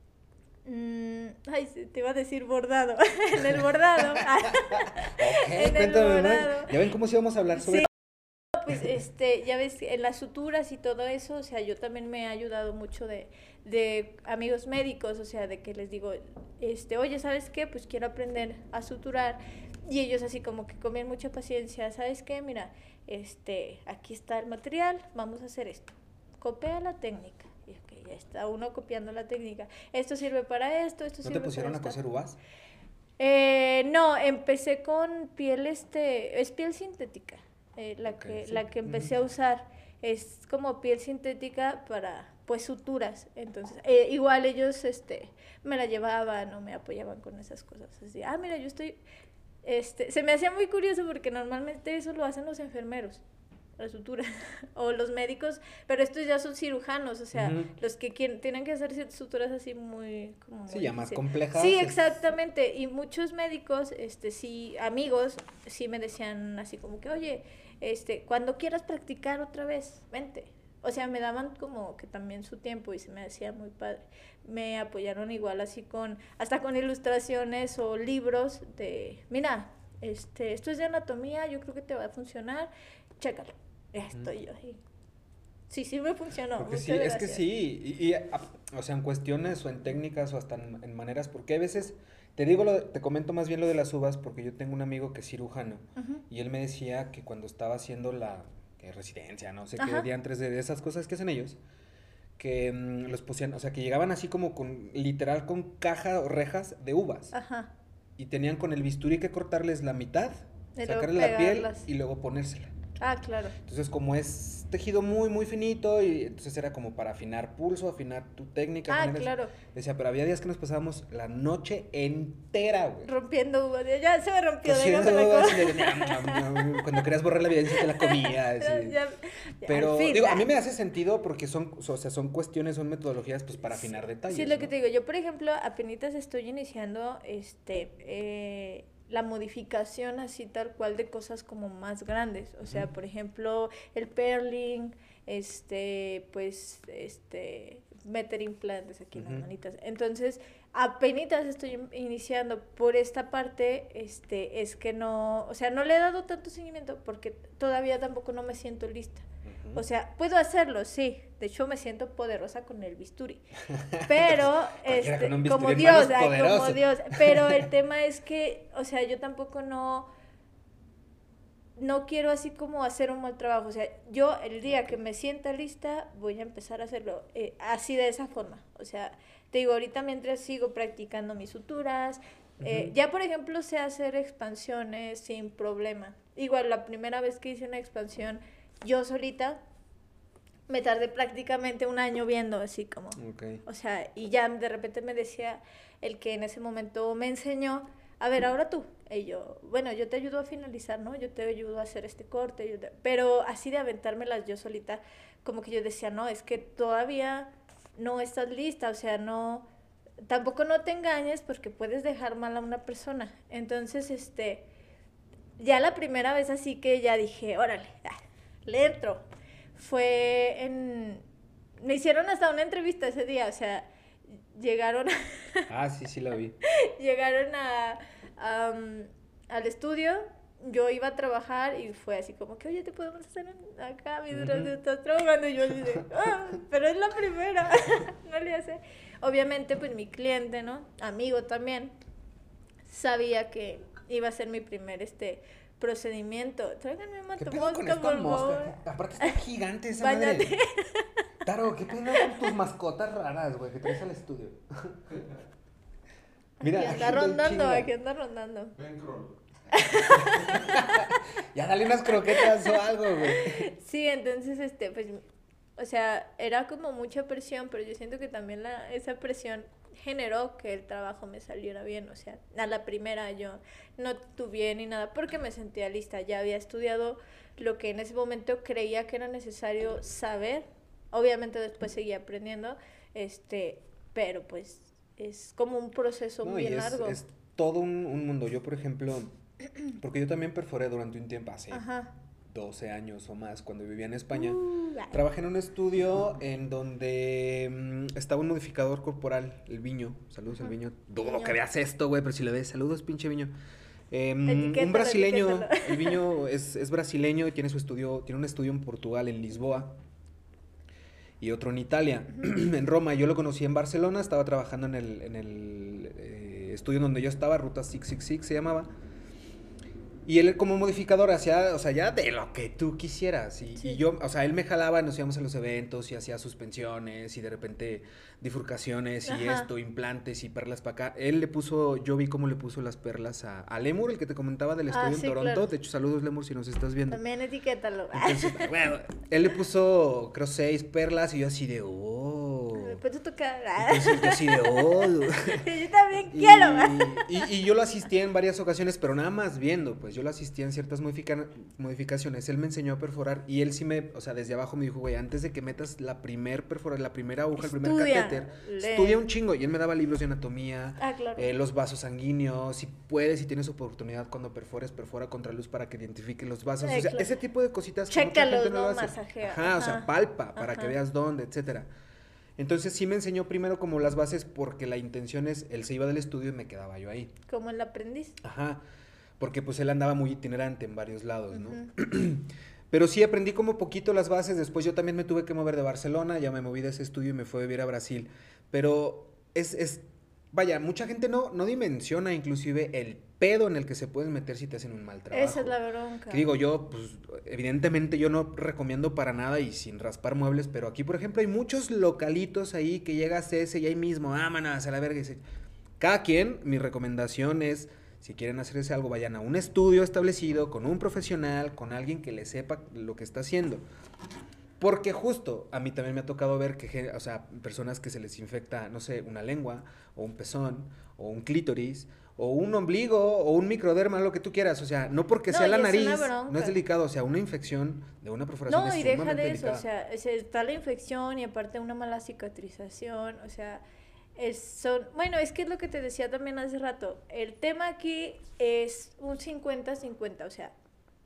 mmm, ay, te iba a decir bordado, en el bordado, okay, en el bordado. Más. Ya ven cómo si vamos a hablar sobre... Sí, pues, este, ya ves, en las suturas y todo eso, o sea, yo también me he ayudado mucho de, de amigos médicos, o sea, de que les digo, este, oye, ¿sabes qué? Pues quiero aprender a suturar, y ellos así como que comen mucha paciencia, ¿sabes qué? Mira, este, aquí está el material, vamos a hacer esto. Copia la técnica. Y ok, ya está uno copiando la técnica. Esto sirve para esto, esto ¿No sirve para esto. ¿No te pusieron a coser uvas? Eh, no, empecé con piel, este, es piel sintética, eh, la, okay, que, sí. la que empecé uh-huh. a usar. Es como piel sintética para, pues, suturas. Entonces, eh, igual ellos, este, me la llevaban o me apoyaban con esas cosas. Así, ah, mira, yo estoy, este, se me hacía muy curioso porque normalmente eso lo hacen los enfermeros. La sutura, o los médicos, pero estos ya son cirujanos, o sea, uh-huh. los que quieren, tienen que hacer suturas así muy... Como muy sí, ya más complejas. Sí, exactamente, y muchos médicos, este, sí, amigos, sí me decían así como que, oye, este, cuando quieras practicar otra vez, vente. O sea, me daban como que también su tiempo y se me hacía muy padre. Me apoyaron igual así con, hasta con ilustraciones o libros de, mira, este, esto es de anatomía, yo creo que te va a funcionar, chécalo. Ya estoy yo ahí. Sí, sí me funcionó. Porque sí, gracias. Es que sí, y, y a, o sea, en cuestiones o en técnicas o hasta en, en maneras, porque a veces, te digo, lo, te comento más bien lo de las uvas, porque yo tengo un amigo que es cirujano, uh-huh. y él me decía que cuando estaba haciendo la, que residencia, no sé Ajá. qué diantres de esas cosas que hacen ellos, que mm, los pusieron, o sea, que llegaban así como con, literal, con caja o rejas de uvas. Ajá. Y tenían con el bisturí que cortarles la mitad, Y luego sacarle la piel pegarlas. y luego ponérsela. Ah, claro. Entonces, como es tejido muy, muy finito, y entonces era como para afinar pulso, afinar tu técnica. Ah, afinar eso. claro. Decía, pero había días que nos pasábamos la noche entera, güey. Rompiendo uvas. Ya se me rompió, Cociendo déjame la uvas co- y de- ñam, ñam, ñam, cuando querías borrar la evidencia te la comías. Ya, y- ya, ya, Pero, al fin, digo, ya. a mí me hace sentido porque son, o sea, son cuestiones, son metodologías, pues, para afinar detalles. Sí, es lo ¿no? que te digo. Yo, por ejemplo, apenitas estoy iniciando este eh, la modificación así tal cual de cosas como más grandes. O sea, Ujú. por ejemplo, el pearling, este, pues, este, meter implantes aquí en las Ujú. manitas. Entonces, apenitas estoy in- iniciando por esta parte, este, es que no, o sea, no le he dado tanto seguimiento porque todavía tampoco no me siento lista. Ujú. O sea, puedo hacerlo, sí. De hecho, me siento poderosa con el bisturí. Pero, Cualquiera este, con un como bisturí en mano Dios, es ay, como poderoso. Dios. Pero el tema es que, o sea, yo tampoco no, no quiero así como hacer un mal trabajo. O sea, yo el día que me sienta lista, voy a empezar a hacerlo eh, así de esa forma. O sea, te digo, ahorita mientras sigo practicando mis suturas, eh, Ujú. ya por ejemplo sé hacer expansiones sin problema. Igual la primera vez que hice una expansión yo solita, me tardé prácticamente un año viendo así como, Ok. o sea, y ya de repente me decía el que en ese momento me enseñó, a ver, ahora tú. Y yo, bueno, yo te ayudo a finalizar, ¿no? Yo te ayudo a hacer este corte, yo te- pero así de aventármelas yo solita, como que yo decía, no, es que todavía no estás lista, o sea, no, tampoco no te engañes porque puedes dejar mal a una persona. Entonces, este, ya la primera vez así que ya dije, órale, ah, le entro. Fue en... Me hicieron hasta una entrevista ese día, o sea, llegaron, Ah, sí, sí la vi. llegaron a, a, um, al estudio, yo iba a trabajar y fue así como que, oye, te podemos hacer un- acá mientras Ujú. estás trabajando. Y yo así de, "Ah, pero es la primera, no le hace. Obviamente, pues mi cliente, ¿no? Amigo también, sabía que iba a ser mi primer, este, procedimiento. Tráiganme un ¿Qué pedo con matamosca, esta por favor. mosca? Aparte está gigante esa Báñate. madre. Taro, ¿qué pedo con tus mascotas raras, güey, que traes al estudio? Mira, Aquí anda hay rondando, chinga. aquí anda rondando. Ven, Kroll. Ya dale unas croquetas o algo, güey. Sí, entonces, este, pues, o sea, era como mucha presión, pero yo siento que también la, esa presión generó que el trabajo me saliera bien. O sea, a la primera yo no tuve ni nada porque me sentía lista. Ya había estudiado lo que en ese momento creía que era necesario saber. Obviamente después seguí aprendiendo, este, pero pues es como un proceso No, y bien es, largo. es todo un, un mundo. Yo, por ejemplo, porque yo también perforé durante un tiempo, hace Ajá. doce años o más, cuando vivía en España. Uh, ay. Trabajé en un estudio en donde mm, estaba un modificador corporal, el Viño. Saludos al Ujú. Viño. Dudo Viño. que veas esto, güey, pero si lo ves, saludos, pinche Viño. Em, Etiquétalo, un brasileño, etiquétalo. el Viño es, es brasileño y tiene su estudio, tiene un estudio en Portugal, en Lisboa, y otro en Italia, en Roma. Yo lo conocí en Barcelona, estaba trabajando en el, en el eh, estudio en donde yo estaba, Ruta seiscientos sesenta y seis se llamaba. Y él como modificador hacía, o sea, ya de lo que tú quisieras. Y, Sí. y yo, o sea, él me jalaba, nos íbamos a los eventos y hacía suspensiones y de repente bifurcaciones y Ajá. esto, implantes y perlas para acá. Él le puso, yo vi cómo le puso las perlas a, a Lemur, el que te comentaba del Ah, estudio en sí, Toronto. claro. De hecho, saludos Lemur si nos estás viendo. También etiquétalo. Entonces, bueno, él le puso, creo, seis perlas y yo así de, oh. Me puedes tocar. Entonces yo así de, oh. Yo también Y, quiero. y- y yo lo asistí en varias ocasiones, pero nada más viendo, pues yo lo asistí en ciertas modifica- modificaciones. Él me enseñó a perforar y él sí me, o sea, desde abajo me dijo, güey, antes de que metas la primer perforar, la primera aguja, el primer Estudia, catéter, lee. estudia un chingo. Y él me daba libros de anatomía, Ah, claro. eh, los vasos sanguíneos, si puedes, si tienes oportunidad cuando perfores, perfora contra luz para que identifique los vasos. Eh, o sea, claro. ese tipo de cositas que mucha Chécalos, gente no ¿no? lo hace. Masajea. Ajá, o sea, Ajá. palpa para que Ajá. veas dónde, etcétera. Entonces sí me enseñó primero como las bases porque la intención es, él se iba del estudio y me quedaba yo ahí. Como el aprendiz. Ajá, porque pues él andaba muy itinerante en varios lados, ¿no? Ujú. Pero sí aprendí como poquito las bases, después yo también me tuve que mover de Barcelona, ya me moví de ese estudio y me fui a vivir a Brasil. Pero es, es vaya, mucha gente no, no dimensiona inclusive el pedo en el que se pueden meter si te hacen un mal trabajo. Esa es la bronca. Que digo yo, pues evidentemente yo no recomiendo para nada y sin raspar muebles, pero aquí por ejemplo hay muchos localitos ahí que llegas ese y ahí mismo, vámonos a la verga. Y se... Cada quien, mi recomendación es, si quieren hacerse algo, vayan a un estudio establecido, con un profesional, con alguien que le sepa lo que está haciendo. Porque justo, a mí también me ha tocado ver que, o sea, personas que se les infecta, no sé, una lengua, o un pezón, o un clítoris, o un ombligo, o un microderma, lo que tú quieras. O sea, no porque no, sea la es nariz, no es delicado. O sea, una infección de una perforación no, es y deja sumamente de eso, delicada. o sea, es- está la infección y aparte una mala cicatrización, o sea, es, son, bueno, es que es lo que te decía también hace rato, el tema aquí es un cincuenta cincuenta, o sea,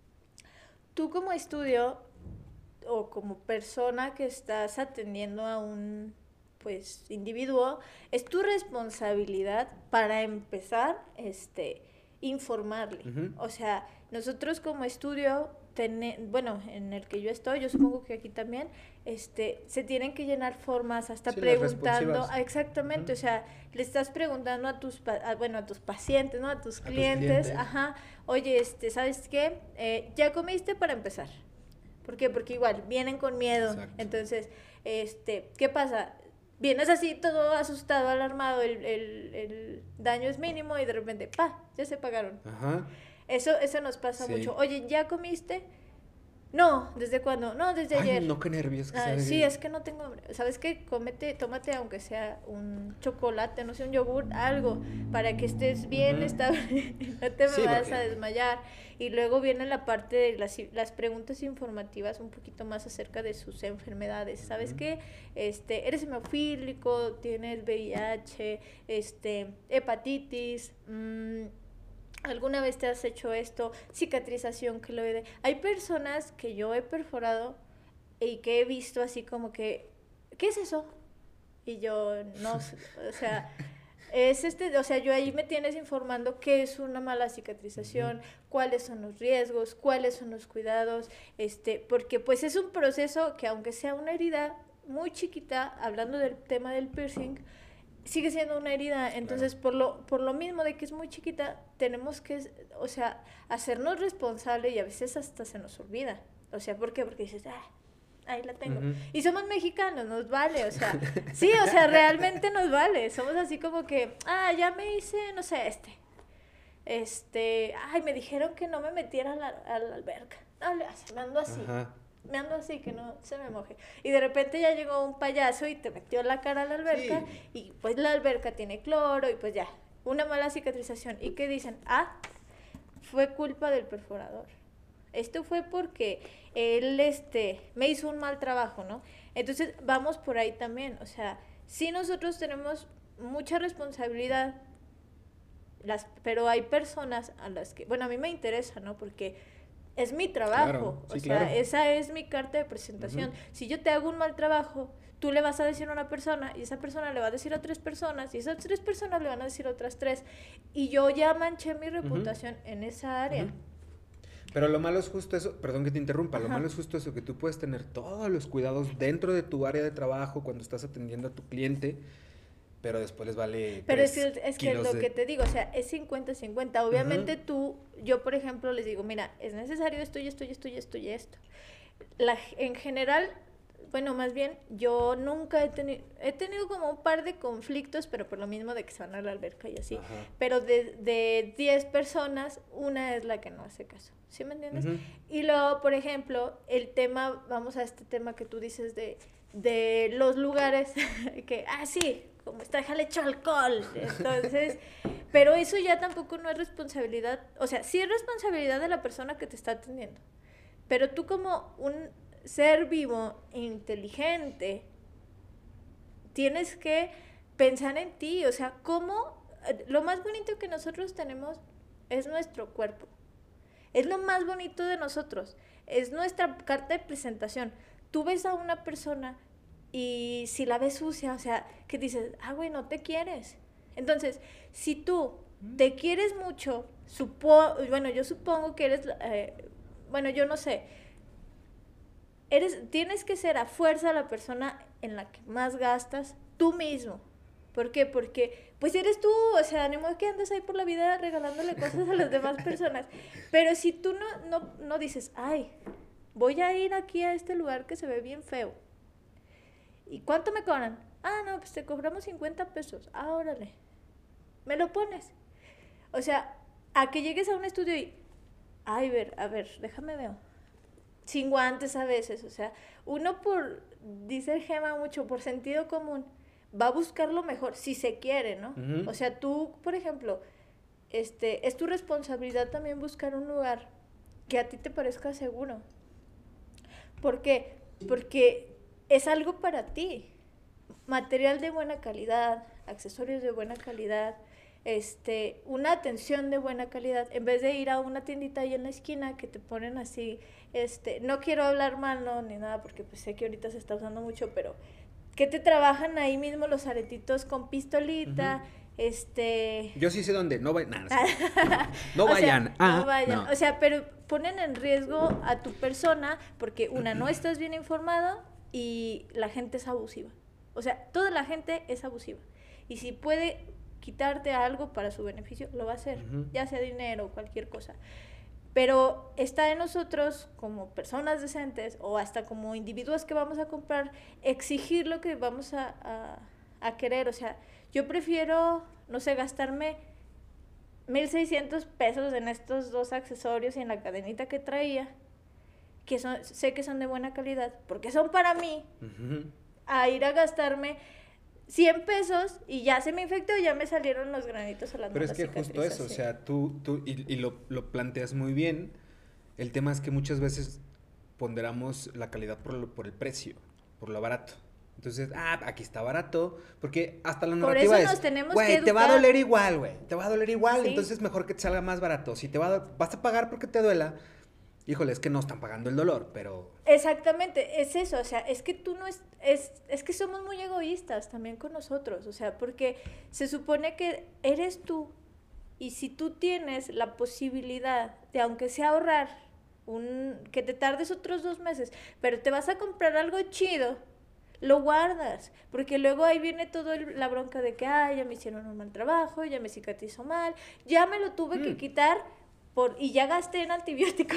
tú como estudio o como persona que estás atendiendo a un pues individuo, es tu responsabilidad para empezar este informarle. Ujú. O sea, nosotros como estudio tene- bueno, en el que yo estoy, yo supongo que aquí también, este, se tienen que llenar formas hasta Sí, las preguntando, responsivas. ah, exactamente, Ujú. o sea, le estás preguntando a tus, pa- a, bueno, a tus pacientes, ¿no? A tus A tus clientes, clientes. ajá, oye, este, ¿sabes qué? Eh, ¿ya comiste para empezar? ¿Por qué? Porque igual vienen con miedo. Exacto. Entonces, este, ¿qué pasa? Vienes así todo asustado, alarmado, el, el, el daño es mínimo y de repente, ¡pa! Ya se pagaron. Ajá. Eso, eso nos pasa Sí. mucho. Oye, ¿ya comiste? No, ¿desde cuándo? No, desde Ay, ayer. no, qué nervios. Que Ah, sea de- sí, es que no tengo hambre. ¿Sabes qué? Cómete, tómate aunque sea un chocolate, no sé, un yogur, algo, para que estés bien Ujú. estable, no te me Sí, vas porque- a desmayar. Y luego viene la parte de las, las preguntas informativas un poquito más acerca de sus enfermedades. ¿Sabes Ujú. qué? Este, eres hemofílico, tienes V I H, este, hepatitis, mmm, ¿alguna vez te has hecho esto? Cicatrización queloide. Hay personas que yo he perforado y que he visto así como que, ¿qué es eso? Y yo no sé, o sea, es este, o sea, yo ahí me tienes informando qué es una mala cicatrización, Ujú. cuáles son los riesgos, cuáles son los cuidados, este, porque pues es un proceso que aunque sea una herida muy chiquita, hablando del tema del piercing, sigue siendo una herida, entonces Claro. por lo por lo mismo de que es muy chiquita, tenemos que, o sea, hacernos responsable y a veces hasta se nos olvida. O sea, ¿por qué? Porque dices, ah, ahí la tengo. Ujú. Y somos mexicanos, nos vale, o sea, sí, o sea, realmente nos vale. Somos así como que, ah, ya me hice, no sé, este. Este, ay, me dijeron que no me metiera a la, a la alberca. No, le así, me ando así. Ajá. Me ando así, que no se me moje. Y de repente ya llegó un payaso y te metió la cara a la alberca. Sí. Y pues la alberca tiene cloro y pues ya, una mala cicatrización. ¿Y qué dicen? Ah, fue culpa del perforador. Esto fue porque él este, me hizo un mal trabajo, ¿no? Entonces vamos por ahí también. O sea, sí nosotros tenemos mucha responsabilidad, las, pero hay personas a las que, bueno, a mí me interesa, ¿no? Porque es mi trabajo, Claro, sí, o sea, claro. esa es mi carta de presentación. Ujú. Si yo te hago un mal trabajo, tú le vas a decir a una persona y esa persona le va a decir a tres personas y esas tres personas le van a decir a otras tres y yo ya manché mi reputación en esa área. Ujú. Pero lo malo es justo eso, perdón que te interrumpa, lo Ajá. malo es justo eso, que tú puedes tener todos los cuidados dentro de tu área de trabajo cuando estás atendiendo a tu cliente, pero después les vale Pero es tres que es que kilos lo de- que te digo, o sea, es cincuenta cincuenta. Obviamente Ujú. tú, yo por ejemplo les digo, mira, es necesario esto y esto y esto y esto y esto. La, en general, bueno, más bien, yo nunca he tenido, he tenido como un par de conflictos, pero por lo mismo de que se van a la alberca y así. Ajá. Pero de, de diez personas, una es la que no hace caso. ¿Sí me entiendes? Ujú. Y luego, por ejemplo, el tema, vamos a este tema que tú dices de, de los lugares, que, ah, sí, como está, déjale echo alcohol. Entonces, pero eso ya tampoco no es responsabilidad, o sea, sí es responsabilidad de la persona que te está atendiendo. Pero tú como un ser vivo, inteligente, tienes que pensar en ti, o sea, cómo, lo más bonito que nosotros tenemos es nuestro cuerpo. Es lo más bonito de nosotros, es nuestra carta de presentación. Tú ves a una persona y si la ves sucia, o sea, que dices, ah, güey, no te quieres. Entonces, si tú te quieres mucho, supo, bueno, yo supongo que eres, eh, bueno, yo no sé, eres, tienes que ser a fuerza la persona en la que más gastas tú mismo. ¿Por qué? Porque, pues eres tú, o sea, ni modo que andes ahí por la vida regalándole cosas a las demás personas. Pero si tú no, no, no dices, ay, voy a ir aquí a este lugar que se ve bien feo. ¿Y cuánto me cobran? Ah, no, pues te cobramos cincuenta pesos. Ah, órale. Me lo pones. O sea, a que llegues a un estudio y, ay, ver, a ver, déjame ver. Sin guantes a veces, o sea, uno por, dice el Gema mucho, por sentido común, va a buscar lo mejor, si se quiere, ¿no? Uh-huh. O sea, tú, por ejemplo, este, es tu responsabilidad también buscar un lugar que a ti te parezca seguro. ¿Por qué? Porque es algo para ti. Material de buena calidad, accesorios de buena calidad, este, una atención de buena calidad, en vez de ir a una tiendita ahí en la esquina que te ponen así, este, no quiero hablar mal, no, ni nada, porque pues sé que ahorita se está usando mucho, pero que te trabajan ahí mismo los aretitos con pistolita, uh-huh. este... Yo sí sé dónde, no, va... nah, no, no vayan, sea, ah, no vayan, no. O sea, pero ponen en riesgo a tu persona porque una, no estás bien informado y la gente es abusiva, o sea, toda la gente es abusiva, y si puede quitarte algo para su beneficio, lo va a hacer, uh-huh. ya sea dinero o cualquier cosa. Pero está en nosotros, como personas decentes, o hasta como individuos que vamos a comprar, exigir lo que vamos a, a, a querer. O sea, yo prefiero, no sé, gastarme mil seiscientos pesos en estos dos accesorios y en la cadenita que traía, que son, sé que son de buena calidad, porque son para mí, uh-huh. a ir a gastarme cien pesos y ya se me infectó y ya me salieron los granitos a las Pero es que justo eso, o sea, tú, tú y, y lo, lo planteas muy bien. El tema es que muchas veces ponderamos la calidad por, lo, por el precio, por lo barato. Entonces, ah, aquí está barato, porque hasta la narrativa por eso es, nos tenemos güey, que te va a doler igual, güey, te va a doler igual, ¿sí? Entonces mejor que te salga más barato. Si te va a, vas a pagar porque te duela, híjole, es que no están pagando el dolor, pero... Exactamente, es eso, o sea, es que tú no es, es, es que somos muy egoístas también con nosotros, o sea, porque se supone que eres tú, y si tú tienes la posibilidad de, aunque sea ahorrar, un, que te tardes otros dos meses, pero te vas a comprar algo chido, lo guardas, porque luego ahí viene toda la bronca de que, ah, ya me hicieron un mal trabajo, ya me cicatrizó mal, ya me lo tuve mm. que quitar, Por, y ya gasté en antibiótico.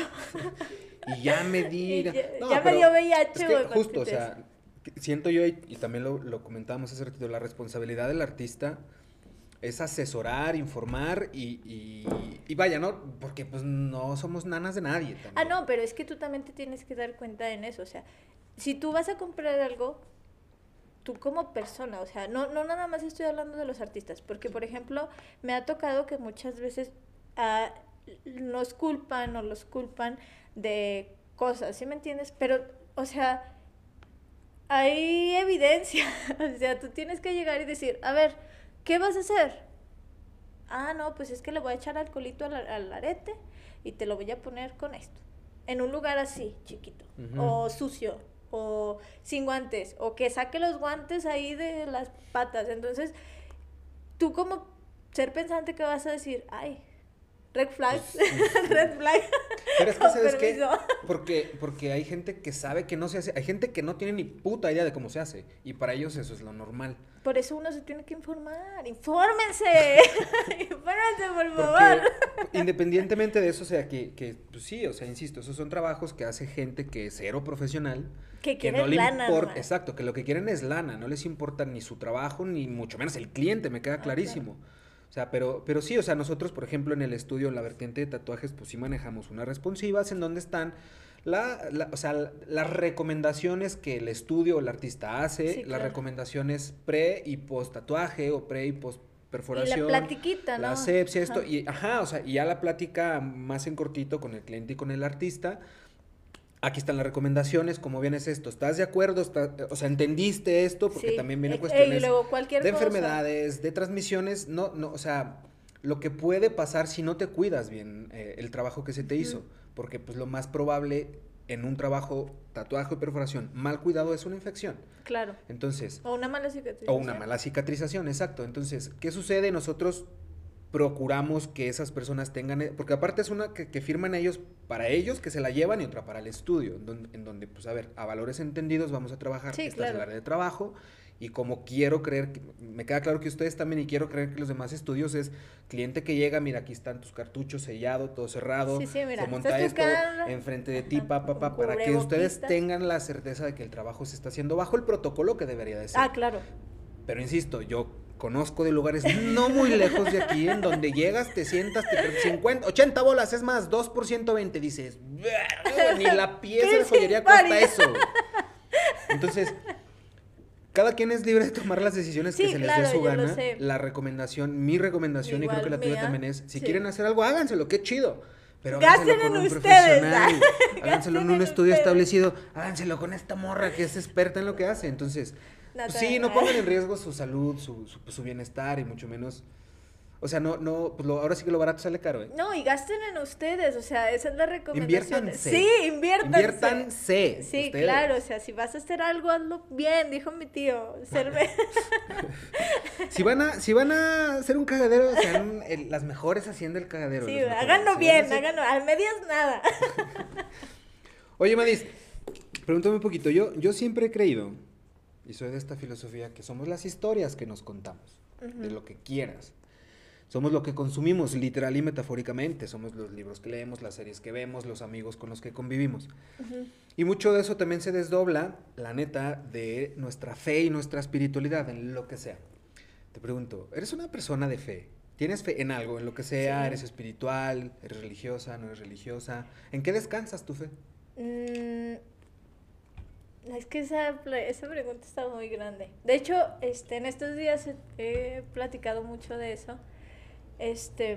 Y ya me di... ya no, ya me dio V I H. Es que justo, o sea, siento yo, y, y también lo, lo comentábamos hace ratito, la responsabilidad del artista es asesorar, informar y, y, y vaya, ¿no? Porque pues no somos nanas de nadie también. Ah, no, pero es que tú también te tienes que dar cuenta en eso, o sea, si tú vas a comprar algo, tú como persona, o sea, no, no nada más estoy hablando de los artistas, porque por ejemplo, me ha tocado que muchas veces... Uh, nos culpan o los culpan de cosas, ¿sí me entiendes? Pero, o sea, hay evidencia, o sea, tú tienes que llegar y decir, a ver, ¿qué vas a hacer? Ah, no, pues es que le voy a echar alcoholito al, al arete y te lo voy a poner con esto, en un lugar así, chiquito, uh-huh. o sucio, o sin guantes, o que saque los guantes ahí de las patas. Entonces, tú como ser pensante, ¿qué vas a decir? Ay, red flag, pues, red flag. Pero es que, ¿sabes qué? Porque, porque hay gente que sabe que no se hace, hay gente que no tiene ni puta idea de cómo se hace, y para ellos eso es lo normal. Por eso uno se tiene que informar, infórmense, infórmense por favor. Porque, independientemente de eso, o sea, que, que pues sí, o sea, insisto, esos son trabajos que hace gente que es cero profesional. Que quieren no le lana. Import, exacto, que lo que quieren es lana, no les importa ni su trabajo, ni mucho menos el cliente, me queda clarísimo. Ah, claro. O sea, pero, pero sí, o sea, nosotros, por ejemplo, en el estudio, en la vertiente de tatuajes, pues sí manejamos unas responsivas en donde están la, la, o sea, las recomendaciones que el estudio o el artista hace, sí, claro. Las recomendaciones pre y post tatuaje o pre y post perforación. Y la platiquita, ¿no? La asepsia, esto, ajá. y ajá, o sea, y ya la plática más en cortito con el cliente y con el artista. Aquí están las recomendaciones, ¿cómo vienes esto? ¿Estás de acuerdo? ¿Estás, o sea, ¿entendiste esto? Porque sí. también viene cuestiones eh, luego cualquier de cosa. enfermedades, de transmisiones, no, no, o sea, lo que puede pasar si no te cuidas bien eh, el trabajo que se te hizo, uh-huh. porque pues lo más probable en un trabajo, tatuaje o perforación mal cuidado es una infección. Claro. Entonces. O una mala cicatrización. O una mala cicatrización, exacto. Entonces, ¿qué sucede? Nosotros procuramos que esas personas tengan, porque aparte es una que, que firman ellos para ellos, que se la llevan, y otra para el estudio, en donde, en donde pues a ver, a valores entendidos vamos a trabajar, sí, esta claro. es el área de trabajo, y como quiero creer, que, me queda claro que ustedes también y quiero creer que los demás estudios es cliente que llega, mira, aquí están tus cartuchos, sellado, todo cerrado, Sí, sí, mira, se monta estás esto tocando. enfrente de ti, Ajá, pa, pa, un pa, para que ustedes cubreboquita. tengan la certeza de que el trabajo se está haciendo bajo el protocolo que debería de ser. Ah, claro. Pero insisto, yo conozco de lugares no muy lejos de aquí en donde llegas, te sientas, te pre- cincuenta, ochenta bolas, es más, dos por ciento veinte, dices, "Verga, ni la pieza ¡Qué de joyería cuesta simpática! eso". Entonces, cada quien es libre de tomar las decisiones que Sí, se les claro, dé su yo lo gana. sé. La recomendación, mi recomendación, y creo Igual que la tuya mía, también es, si sí. quieren hacer algo, háganselo, qué chido. Pero Gasten háganselo con en un ustedes, profesional, ¿ah? háganselo en Gasten un en estudio ustedes. establecido, háganselo con esta morra que es experta en lo que hace. Entonces, No, pues te- sí, no pongan en riesgo su salud, su, su, su bienestar y mucho menos, o sea, no, no, pues lo, ahora sí que lo barato sale caro, ¿eh? No, y gasten en ustedes, o sea, esa es la recomendación. Inviértanse. Sí, inviértanse. Inviértanse, Sí, ustedes. claro, o sea, si vas a hacer algo, hazlo bien, dijo mi tío. Serme... Si van a, si van a hacer un cagadero, sean el- las mejores haciendo el cagadero. Sí, los mejores. háganlo Si bien, van a hacer- háganlo, al medias nada. Oye, Madis, pregúntame un poquito. Yo, yo siempre he creído, y soy de esta filosofía, que somos las historias que nos contamos, de lo que quieras. Somos lo que consumimos, literal y metafóricamente. Somos los libros que leemos, las series que vemos, los amigos con los que convivimos. Ujú. Y mucho de eso también se desdobla, la neta, de nuestra fe y nuestra espiritualidad, en lo que sea. Te pregunto, ¿eres una persona de fe? ¿Tienes fe en algo, en lo que sea? Sí. ¿Eres espiritual? ¿Eres religiosa? ¿No eres religiosa? ¿En qué descansas tu fe? Mm, es que esa, pre- esa pregunta está muy grande. De hecho, este, en estos días he, he platicado mucho de eso. Este,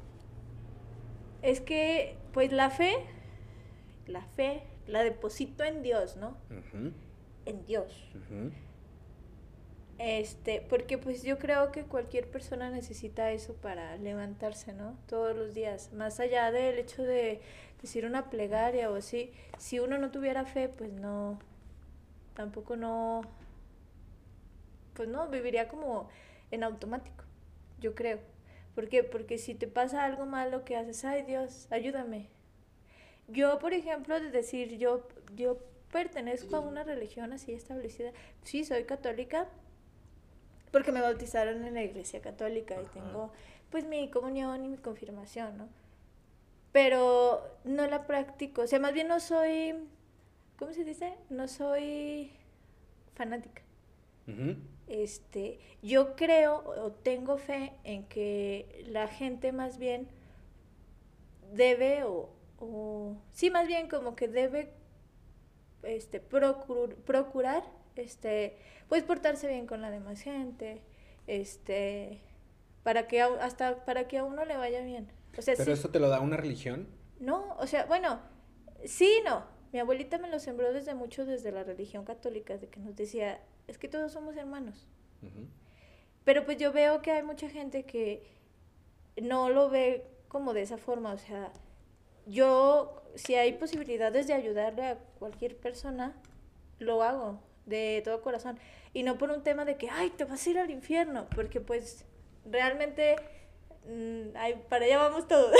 es que, pues la fe, la fe, la deposito en Dios, ¿no? Ujú, En Dios. ujú. Este, porque pues yo creo que cualquier persona necesita eso para levantarse, ¿no? Todos los días. Más allá del hecho de decir una plegaria o así, si uno no tuviera fe, pues no, tampoco no, pues no, viviría como en automático, yo creo. ¿Por qué? Porque si te pasa algo malo que haces, ay Dios, ayúdame. Yo, por ejemplo, de decir, yo, yo pertenezco a una religión así establecida, sí, soy católica, porque me bautizaron en la iglesia católica y Ajá. tengo pues mi comunión y mi confirmación, ¿no? Pero no la practico, o sea, más bien no soy, ¿cómo se dice? No soy fanática. Ujú. Este, yo creo o tengo fe en que la gente más bien debe o, o sí, más bien como que debe este procur- procurar este pues portarse bien con la demás gente, este para que a- hasta para que a uno le vaya bien. O sea, ¿Pero sí, eso te lo da una religión? no, o sea, bueno, sí, no. Mi abuelita me lo sembró desde mucho desde la religión católica, de que nos decía, es que todos somos hermanos. Ujú. Pero pues yo veo que hay mucha gente que no lo ve como de esa forma, o sea, yo si hay posibilidades de ayudarle a cualquier persona, lo hago de todo corazón. Y no por un tema de que, ay, te vas a ir al infierno, porque pues realmente, mm, ay, para allá vamos todos.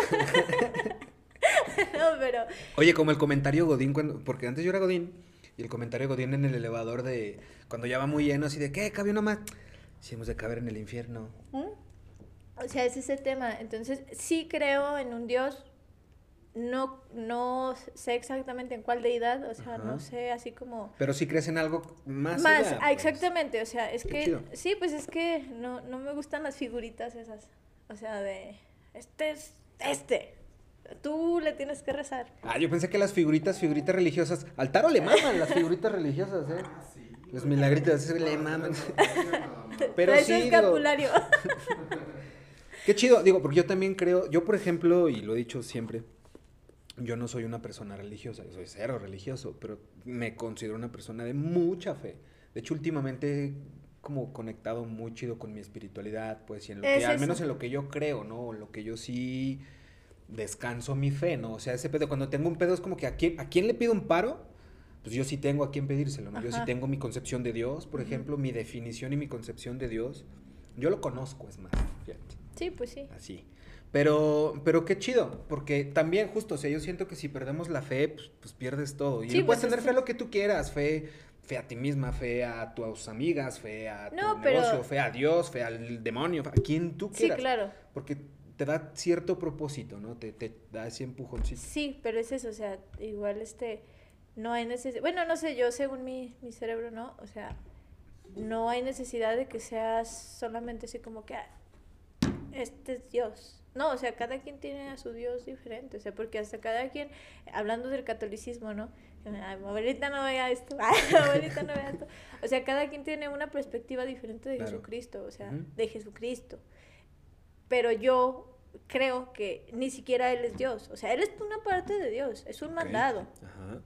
No, pero Oye, como el comentario Godín, cuando, porque antes yo era Godín, y el comentario Godín en el elevador de cuando ya va muy lleno, así de, ¿qué? ¿Cabe uno más? Si hemos de caber en el infierno. ¿Mm? O sea, ese es el tema. Entonces, sí creo en un Dios. No, no sé exactamente en cuál deidad, o sea, Ajá. no sé, así como... Pero sí crees en algo más Más, allá, ah, pues. exactamente, o sea, es Qué que... chido. Sí, pues es que no, no me gustan las figuritas esas. O sea, de... Este es este. Tú le tienes que rezar. Ah, yo pensé que las figuritas, figuritas religiosas, al Taro le maman las figuritas religiosas, ¿eh? Los milagritos, ese le maman. Pero Traes sí, su digo, escapulario. qué chido, digo, porque yo también creo, yo por ejemplo, y lo he dicho siempre, yo no soy una persona religiosa, yo soy cero religioso, pero me considero una persona de mucha fe. De hecho, últimamente he como conectado muy chido con mi espiritualidad, pues, y en lo que, Es al eso. menos en lo que yo creo, ¿no? En lo que yo sí descanso mi fe, ¿no? O sea, ese pedo, cuando tengo un pedo es como que a quién, ¿a quién le pido un paro? Pues yo sí tengo a quién pedírselo, ¿no? Yo sí Ajá. tengo mi concepción de Dios, por Ujú. ejemplo, mi definición y mi concepción de Dios. Yo lo conozco, es más, fíjate. Sí, pues sí. Así. Pero, pero qué chido, porque también justo, o sea, yo siento que si perdemos la fe, pues, pues pierdes todo. Y Sí, le puedes pues tener es- fe a lo que tú quieras, fe, fe a ti misma, fe a tus amigas, fe a tu No, pero- negocio, fe a Dios, fe al demonio, a quien tú Sí, quieras. claro. Porque te da cierto propósito, ¿no? Te, te da ese empujoncito. Sí, pero es eso, o sea, igual este, no hay necesidad, bueno, no sé, yo según mi, mi cerebro, ¿no? O sea, no hay necesidad de que seas solamente así como que, ah, este es Dios. No, o sea, cada quien tiene a su Dios diferente, o sea, porque hasta cada quien, hablando del catolicismo, ¿no? Ay, abuelita no vea esto, ay, abuelita no vea esto. O sea, cada quien tiene una perspectiva diferente de Claro. Jesucristo, o sea, Ujú. de Jesucristo. Pero yo creo que ni siquiera Él es Dios, o sea, Él es una parte de Dios, es un Ok. mandado, Ajá.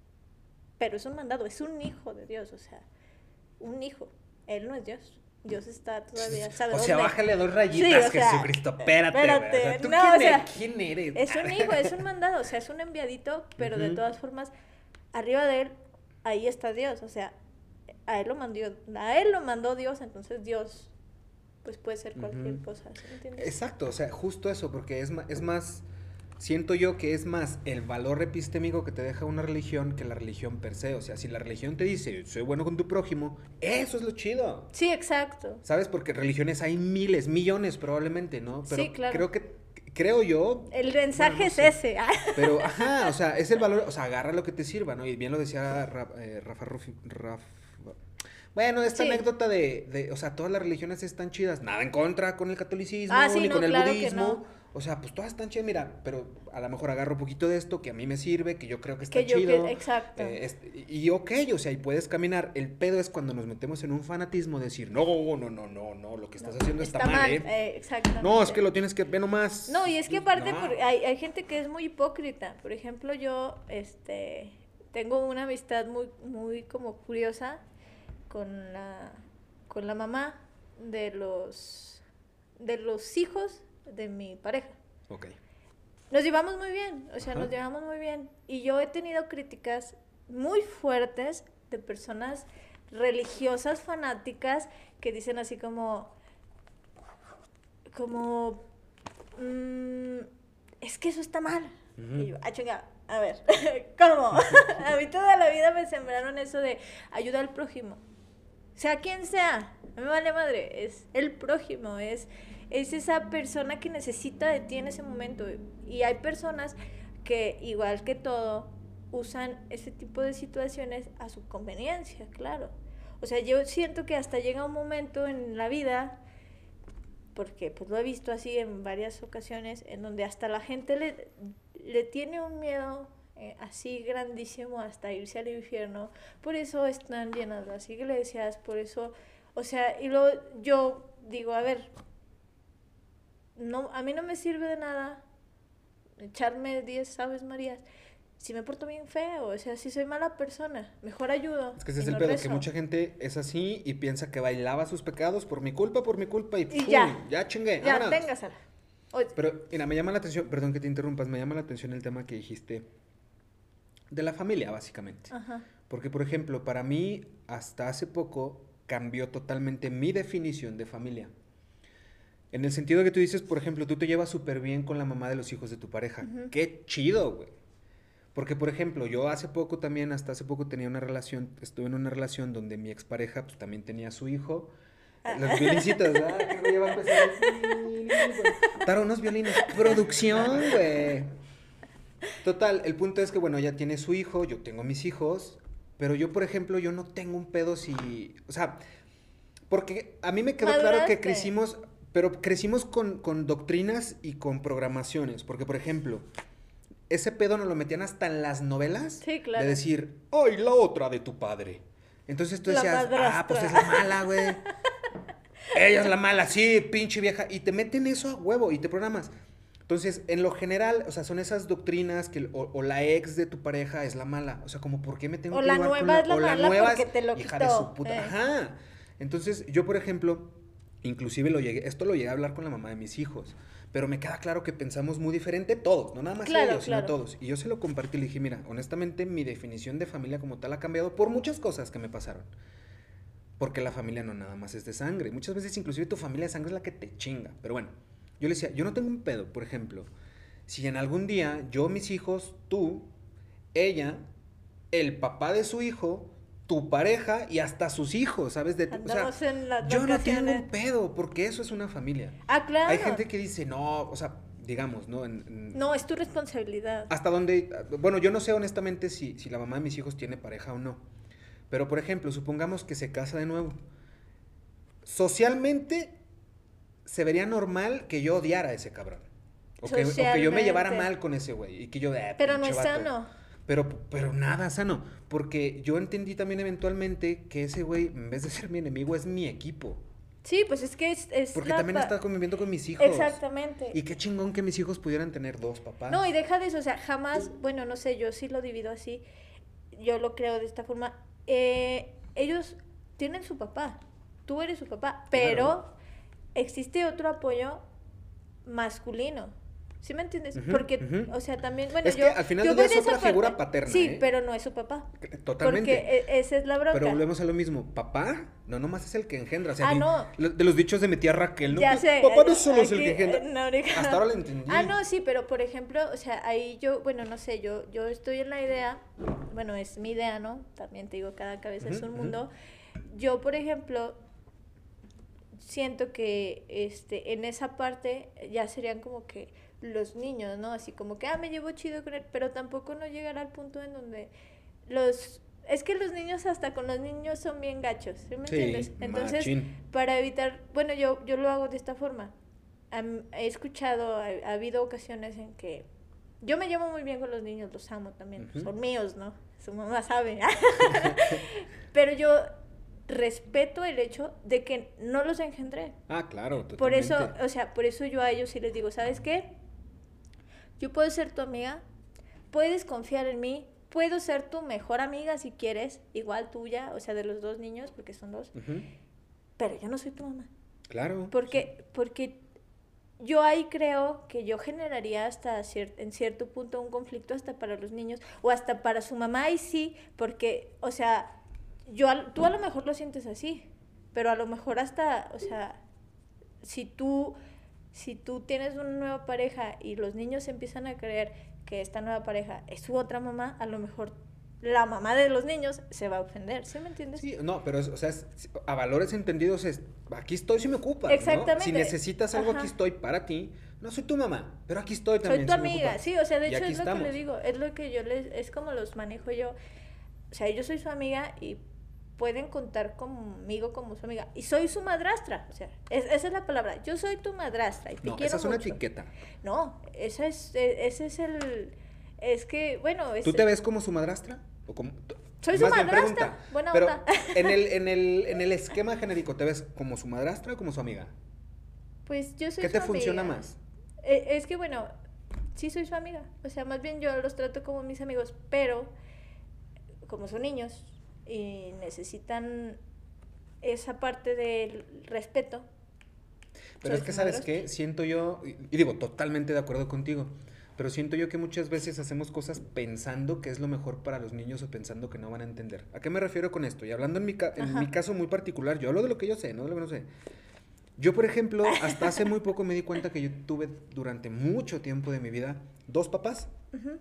pero es un mandado, es un hijo de Dios, o sea, un hijo, Él no es Dios. Dios está todavía, ¿sabe O sea, dónde? bájale dos rayitas, Sí, o sea, Jesucristo, espérate, espérate, güey. O sea, ¿tú no, quién, o sea, eres? ¿Quién eres? Es un hijo, es un mandado, o sea, es un enviadito, pero de Ujú. todas formas, arriba de él, ahí está Dios, o sea, a él lo mandó, a él lo mandó Dios, entonces Dios, pues puede ser cualquier Ujú. cosa, ¿sí me entiendes? Exacto, o sea, justo eso, porque es, ma- es más, siento yo que es más el valor epistémico que te deja una religión que la religión per se. O sea, si la religión te dice, soy bueno con tu prójimo, eso es lo chido. Sí, exacto. ¿Sabes? Porque religiones hay miles, millones probablemente, ¿no? Pero Sí, claro. creo que, creo yo... El mensaje bueno, no es sé. ese. ah. Pero, ajá, o sea, es el valor, o sea, agarra lo que te sirva, ¿no? Y bien lo decía Ra- eh, Rafa Rufi, Rafa... Bueno, esta Sí. anécdota de, de, o sea, todas las religiones están chidas, nada en contra con el catolicismo, Ah, sí, ni no, con el claro que budismo, no. o sea, pues todas están chidas, mira, pero a lo mejor agarro un poquito de esto que a mí me sirve, que yo creo que está Que yo chido. que- exacto. eh, este, y y ok, o sea, y puedes caminar, el pedo es cuando nos metemos en un fanatismo de decir, no, no, no, no, no, lo que estás No, haciendo está, mal, ¿eh? eh, exactamente. No, es que lo tienes que ver nomás. No, y es que aparte No. por- hay, hay gente que es muy hipócrita. Por ejemplo, yo este tengo una amistad muy muy como curiosa con la con la mamá de los de los hijos de mi pareja. Ok. Nos llevamos muy bien, o sea, Ajá. nos llevamos muy bien. Y yo he tenido críticas muy fuertes de personas religiosas fanáticas que dicen así como como mm, es que eso está mal. Ujú. Y yo, ah, chinga, a ver, ¿cómo? A mí toda la vida me sembraron eso de ayuda al prójimo. Sea quien sea, no me vale madre, es el prójimo, es, es esa persona que necesita de ti en ese momento. Y hay personas que, igual que todo, usan ese tipo de situaciones a su conveniencia, claro. O sea, yo siento que hasta llega un momento en la vida, porque pues lo he visto así en varias ocasiones, en donde hasta la gente le, le tiene un miedo eh, así grandísimo hasta irse al infierno. Por eso están llenas las iglesias, por eso, o sea, y luego yo digo, a ver, no, a mí no me sirve de nada echarme diez Aves Marías si me porto bien feo, o sea, si soy mala persona, mejor ayudo. Es que ese y es el no pedo, rezo. que mucha gente es así y piensa que bailaba sus pecados por mi culpa, por mi culpa y, Y ¡pum! ya. ya chingué, Ya, vámonos. téngasela. Oye, Pero, mira, me llama la atención, perdón que te interrumpas, me llama la atención el tema que dijiste de la familia, básicamente. ajá. Porque, por ejemplo, para mí, hasta hace poco, cambió totalmente mi definición de familia. En el sentido que tú dices, por ejemplo, tú te llevas súper bien con la mamá de los hijos de tu pareja. Ujú. ¡Qué chido, güey! Porque, por ejemplo, yo hace poco también, hasta hace poco tenía una relación, estuve en una relación donde mi expareja, pues, también tenía su hijo. Ah. Los violincitos, ¿verdad? Que güey, ya va a empezar. Tara, unos violines. Producción, güey. Total, el punto es que, bueno, ella tiene su hijo, yo tengo mis hijos, pero yo, por ejemplo, yo no tengo un pedo si... O sea, porque a mí me quedó claro Maduraste. que crecimos, pero crecimos con, con doctrinas y con programaciones, porque, por ejemplo, ese pedo nos lo metían hasta en las novelas. Sí, claro. De decir, ¡ay, la otra de tu padre! Entonces tú La decías, ah, pues madrastra. es la mala, güey. Ella es la mala, sí, pinche vieja. Y te meten eso a huevo y te programas. Entonces, en lo general, o sea, son esas doctrinas que o, o la ex de tu pareja es la mala. O sea, como, ¿por qué me tengo O que la llevar nueva con la, es la o la mala nueva porque es te lo hija de quitó, su puta? eh. Ajá. Entonces, yo, por ejemplo, inclusive lo llegué, esto lo llegué a hablar con la mamá de mis hijos. Pero me queda claro que pensamos muy diferente todos, no nada más Claro, ellos, claro. sino todos. Y yo se lo compartí y le dije, mira, honestamente, mi definición de familia como tal ha cambiado por muchas cosas que me pasaron. Porque la familia no nada más es de sangre. Muchas veces inclusive tu familia de sangre es la que te chinga. Pero bueno, yo le decía, yo no tengo un pedo, por ejemplo. Si en algún día yo, mis hijos, tú, ella, el papá de su hijo, tu pareja y hasta sus hijos, ¿sabes? De, o sea, en las yo no tengo vacaciones. un pedo, porque eso es una familia. Ah, claro. Hay gente que dice, no, o sea, digamos, ¿no? En- en- No, es tu responsabilidad. hasta donde, bueno, yo no sé honestamente si, si la mamá de mis hijos tiene pareja o no. Pero, por ejemplo, supongamos que se casa de nuevo. Socialmente, se vería normal que yo odiara a ese cabrón. O que, o que yo me llevara Socialmente. mal con ese güey. Y que yo, eh, Pero no pinche es vato. sano. Pero, pero nada sano. Porque yo entendí también eventualmente que ese güey, en vez de ser mi enemigo, es mi equipo. Sí, pues es que es, es Porque la también pa- está conviviendo con mis hijos. Exactamente. Y qué chingón que mis hijos pudieran tener dos papás. No, y deja de eso, o sea, jamás, bueno, no sé, yo sí lo divido así, yo lo creo de esta forma. Eh, ellos tienen su papá, tú eres su papá, pero Claro. existe otro apoyo masculino. ¿Sí me entiendes? Ujú, Porque, ujú. o sea, también, bueno, Es yo... que al final yo del día voy de es otra esa figura parte. paterna, Sí, ¿eh? pero no es su papá. Totalmente. Porque e- esa es la bronca. Pero volvemos a lo mismo. Papá no nomás es el que engendra. O sea, Ah, ni- no. lo- de los dichos de mi tía Raquel, ¿no? Ya Que sé. Papá no eh, solo es el aquí, que engendra. eh, no, ahorita- Hasta ahora lo entendí. Ah, no, sí, pero por ejemplo, o sea, ahí yo, bueno, no sé, yo, yo estoy en la idea, bueno, es mi idea, ¿no? También te digo, cada cabeza es Ujú, un ujú. mundo. Yo, por ejemplo, siento que este, en esa parte ya serían como que los niños, ¿no? Así como que, ah, me llevo chido con él, pero tampoco no llegar al punto en donde los... Es que los niños hasta con los niños son bien gachos, ¿sí me Sí, entiendes? Entonces, machín. para evitar, bueno, yo, yo lo hago de esta forma. Am- he escuchado, ha, ha habido ocasiones en que yo me llevo muy bien con los niños, los amo también, Ujú. son míos, ¿no? Su mamá sabe. Pero yo respeto el hecho de que no los engendré. Ah, claro, totalmente. Por eso, o sea, por eso yo a ellos sí les digo, ¿sabes qué? Yo puedo ser tu amiga, puedes confiar en mí, puedo ser tu mejor amiga si quieres, igual tuya, o sea, de los dos niños, porque son dos, Ujú. pero yo no soy tu mamá. Claro. Porque, porque yo ahí creo que yo generaría hasta cier- en cierto punto un conflicto hasta para los niños o hasta para su mamá y sí, porque, o sea, yo al- tú a lo mejor lo sientes así, pero a lo mejor hasta, o sea, si tú, si tú tienes una nueva pareja y los niños empiezan a creer que esta nueva pareja es su otra mamá, a lo mejor la mamá de los niños se va a ofender, ¿sí me entiendes? Sí, no, pero es, o sea, es- a valores entendidos es, aquí estoy si me ocupas, ¿no? Exactamente. Si necesitas algo, Ajá. aquí estoy para ti. No soy tu mamá, pero aquí estoy también. Soy tu si me amiga, ocupas. sí, o sea, de Y hecho aquí es lo estamos. que le digo, es lo que yo les, es como los manejo yo, o sea, yo soy su amiga y pueden contar conmigo como su amiga, y soy su madrastra, o sea, es- esa es la palabra, yo soy tu madrastra y te No, quiero esa es una mucho. etiqueta. No, esa es, e- ese es el, es que, bueno, es, ¿Tú te ves como su madrastra? ¿O como, Soy su más bien, madrastra, pregunta, buena pero onda. en el, en, el, en el esquema genérico, ¿te ves como su madrastra o como su amiga? pues yo soy ¿Qué su te funciona amiga. más? Eh, Es que bueno, sí soy su amiga, o sea, más bien yo los trato como mis amigos, pero como son niños y necesitan esa parte del respeto. Pero soy es que, su ¿sabes madrastra. qué? Siento yo, y y digo, totalmente de acuerdo contigo, pero siento yo que muchas veces hacemos cosas pensando que es lo mejor para los niños o pensando que no van a entender. ¿A qué me refiero con esto? Y hablando en mi, ca- en Ajá. mi caso muy particular, yo hablo de lo que yo sé, no de lo que no sé. Yo, por ejemplo, hasta hace muy poco me di cuenta que yo tuve durante mucho tiempo de mi vida dos papás, Ujú.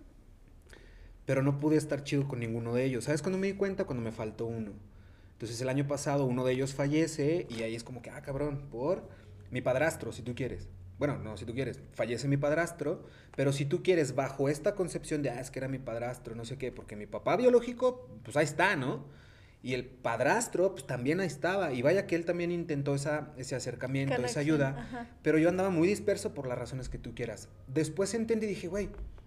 pero no pude estar chido con ninguno de ellos. ¿Sabes cuándo me di cuenta? Cuando me faltó uno. Entonces el año pasado uno de ellos fallece y ahí es como que, ah, cabrón, por mi padrastro, si tú quieres. Bueno, no, si tú quieres, fallece mi padrastro, pero si tú quieres, bajo esta concepción de, ah, es que era mi padrastro, no sé qué, porque mi papá biológico, pues ahí está, ¿no? Y el padrastro, pues también ahí estaba. Y vaya que él también intentó esa, ese acercamiento, esa Conexión, ayuda. ajá. Pero yo andaba muy disperso por las razones que tú quieras. Después entendí y dije, güey,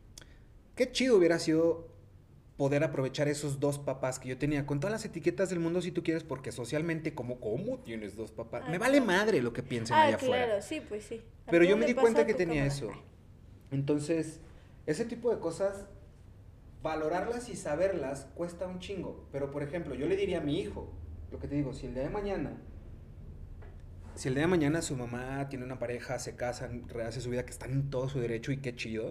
qué chido hubiera sido poder aprovechar esos dos papás que yo tenía, con todas las etiquetas del mundo si tú quieres, porque socialmente, como, ¿cómo tienes dos papás? Ah, me vale claro. madre lo que piensen Ah, allá claro, afuera. sí, pues sí. ¿A Pero cómo yo me le di pasa cuenta a que tu tenía cámara? eso. Entonces, ese tipo de cosas, valorarlas y saberlas cuesta un chingo. Pero, por ejemplo, yo le diría a mi hijo, lo que te digo, si el día de mañana, si el día de mañana su mamá tiene una pareja, se casan, rehace su vida, que están en todo su derecho y qué chido,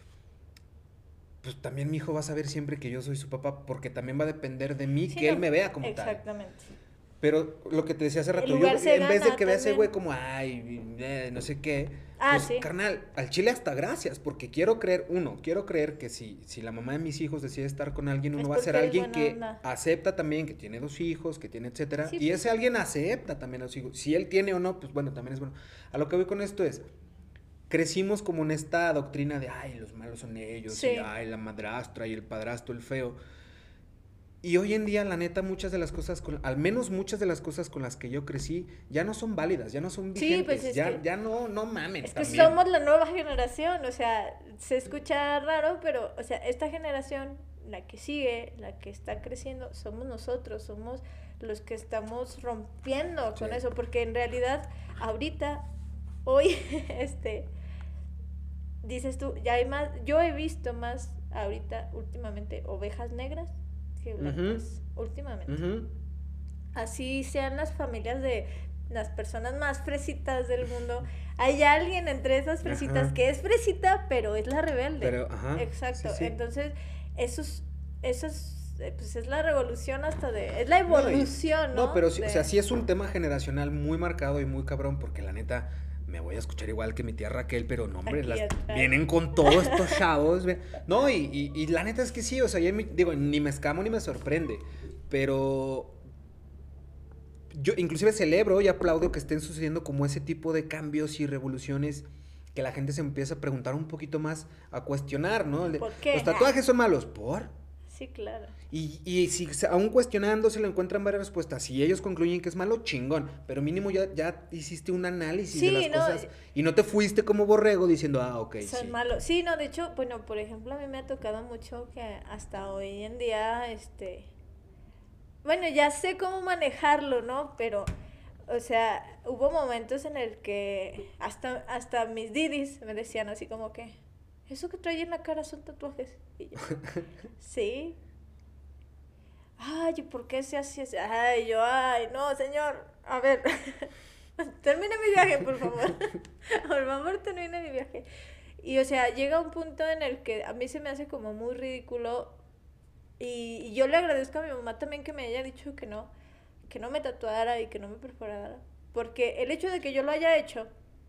pues también mi hijo va a saber siempre que yo soy su papá, porque también va a depender de mí Sí, que no, él me vea como tal. Exactamente. Pero lo que te decía hace rato, yo, lugar se en vez de gana que vea ese también. güey como, ay, eh, no sé qué, Ah, pues, sí. carnal, al chile hasta gracias, porque quiero creer, uno, quiero creer que si, si la mamá de mis hijos decide estar con alguien, uno Es va a ser porque es alguien buena que onda. acepta también, que tiene dos hijos, que tiene etcétera, Sí, y pues ese sí. alguien acepta también a los hijos. Si él tiene o no, pues bueno, también es bueno. A lo que voy con esto es, crecimos como en esta doctrina de, ay, los malos son ellos, y Sí. ay, la madrastra y el padrastro, el feo. Y hoy en día, la neta, muchas de las cosas, con, al menos muchas de las cosas con las que yo crecí, ya no son válidas, ya no son Sí, vigentes, pues es ya, que- ya no, no mamen Es que también. somos la nueva generación, o sea, se escucha raro, pero, o sea, esta generación, la que sigue, la que está creciendo, somos nosotros, somos los que estamos rompiendo con Sí. eso, porque en realidad, ahorita, hoy, este, dices tú, ya hay más, yo he visto más ahorita, últimamente, ovejas negras que blancas, últimamente. Ujú. Así sean las familias de las personas más fresitas del mundo, hay alguien entre esas fresitas Ajá. que es fresita, pero es la rebelde. Pero, ajá, Exacto. sí, sí. Entonces, eso es, eso es, eh, pues es la revolución hasta de, es la No, y- evolución, ¿no? No, pero sí, De- o sea, sí es un tema generacional muy marcado y muy cabrón, porque la neta, me voy a escuchar igual que mi tía Raquel, pero no, hombre, Aquí las, atrás. vienen con todos estos chavos. ve- No, y, y, y la neta es que sí, o sea, ya me- digo, ni me escamo ni me sorprende, pero yo inclusive celebro y aplaudo que estén sucediendo como ese tipo de cambios y revoluciones que la gente se empieza a preguntar un poquito más, a cuestionar, ¿no? El de, ¿Por qué? Los tatuajes son malos, ¿por? Sí, claro. Y, y si se- aún cuestionando se le encuentran varias respuestas, si ellos concluyen que es malo, chingón, pero mínimo ya, ya hiciste un análisis Sí, de las no, cosas y no te fuiste como borrego diciendo, ah, ok, Son sí. malos. Sí, no, de hecho, bueno, por ejemplo, a mí me ha tocado mucho que hasta hoy en día, este, bueno, ya sé cómo manejarlo, ¿no? Pero, o sea, hubo momentos en el que hasta, hasta mis didis me decían así como que, eso que trae en la cara son tatuajes. Y yo, sí. Ay, ¿y por qué se hace así? Ay, yo, ay, no, señor, a ver, termine mi viaje, por favor. Por favor, termine mi viaje. Y, o sea, llega un punto en el que a mí se me hace como muy ridículo. Y, y yo le agradezco a mi mamá también que me haya dicho que no, que no me tatuara y que no me perforara. Porque el hecho de que yo lo haya hecho,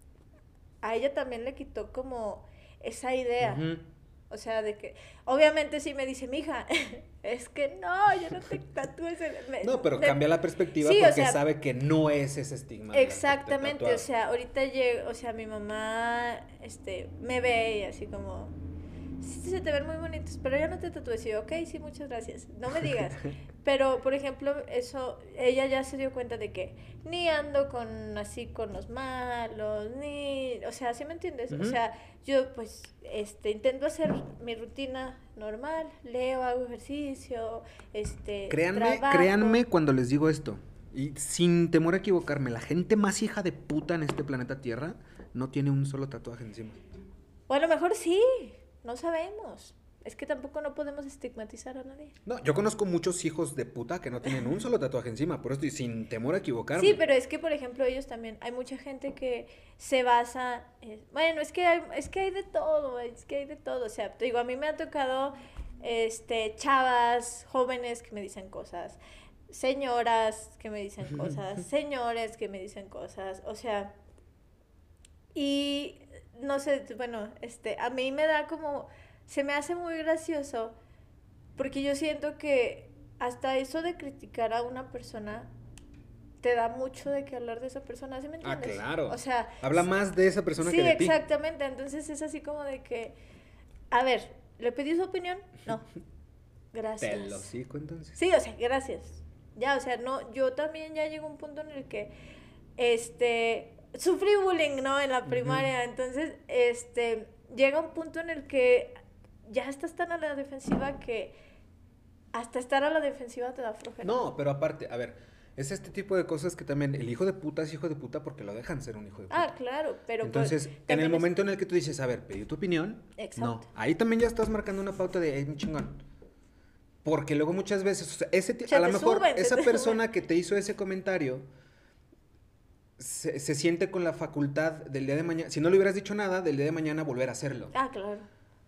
a ella también le quitó como esa idea. Ujú. O sea, de que, obviamente sí me dice, mija, es que no, yo no te tatúes. el- me- No, pero de- cambia la perspectiva Sí, o porque sea, sabe que no es ese estigma. de haberte exactamente, o tatuado. sea, ahorita llego, o sea, mi mamá, este, me ve y así como, sí, se te ven muy bonitos, pero ya no te tatúes. Y yo, ok, sí, muchas gracias, no me digas. Pero, por ejemplo, eso, ella ya se dio cuenta de que ni ando con, así, con los malos, ni, o sea, ¿sí me entiendes? O Ujú. sea, yo, pues, este, intento hacer mi rutina normal, leo, hago ejercicio, este, Créanme, trabajo. créanme cuando les digo esto. Y sin temor a equivocarme, la gente más hija de puta en este planeta Tierra no tiene un solo tatuaje encima. O a lo mejor sí, no sabemos. Es que tampoco no podemos estigmatizar a nadie. No, yo conozco muchos hijos de puta que no tienen un solo tatuaje encima, por eso, y sin temor a equivocarme. Sí, pero es que, por ejemplo, ellos también, hay mucha gente que se basa, en- bueno, es que hay, es que hay de todo, es que hay de todo. O sea, te digo, a mí me ha tocado, este, chavas, jóvenes que me dicen cosas, señoras que me dicen cosas, señores que me dicen cosas, o sea, y no sé, bueno, este, a mí me da como, se me hace muy gracioso porque yo siento que hasta eso de criticar a una persona te da mucho de qué hablar de esa persona, ¿sí me Ah, entiendes? claro. O sea, Habla más de esa persona sí, que de ti. exactamente, entonces es así como de que, a ver, ¿le pedí su opinión? No, gracias. Te lo hocico, entonces. Sí, o sea, gracias. Ya, o sea, no, yo también ya llego a un punto en el que, este, sufrí bullying, ¿no? En la primaria, Ujú. entonces, este, llega un punto en el que ya estás tan a la defensiva que hasta estar a la defensiva te da flojera. No, pero aparte, a ver, es este tipo de cosas que también el hijo de puta es hijo de puta porque lo dejan ser un hijo de puta. Ah, claro, pero Entonces, pues, en también el es- momento en el que tú dices, a ver, pedí tu opinión, Exacto. no, ahí también ya estás marcando una pauta de, hey, chingón. Porque luego muchas veces, o sea, ese ti- Se a lo te mejor suben, se esa te persona suben. que te hizo ese comentario se, se siente con la facultad del día de mañana, si no le hubieras dicho nada, del día de mañana volver a hacerlo. Ah, claro.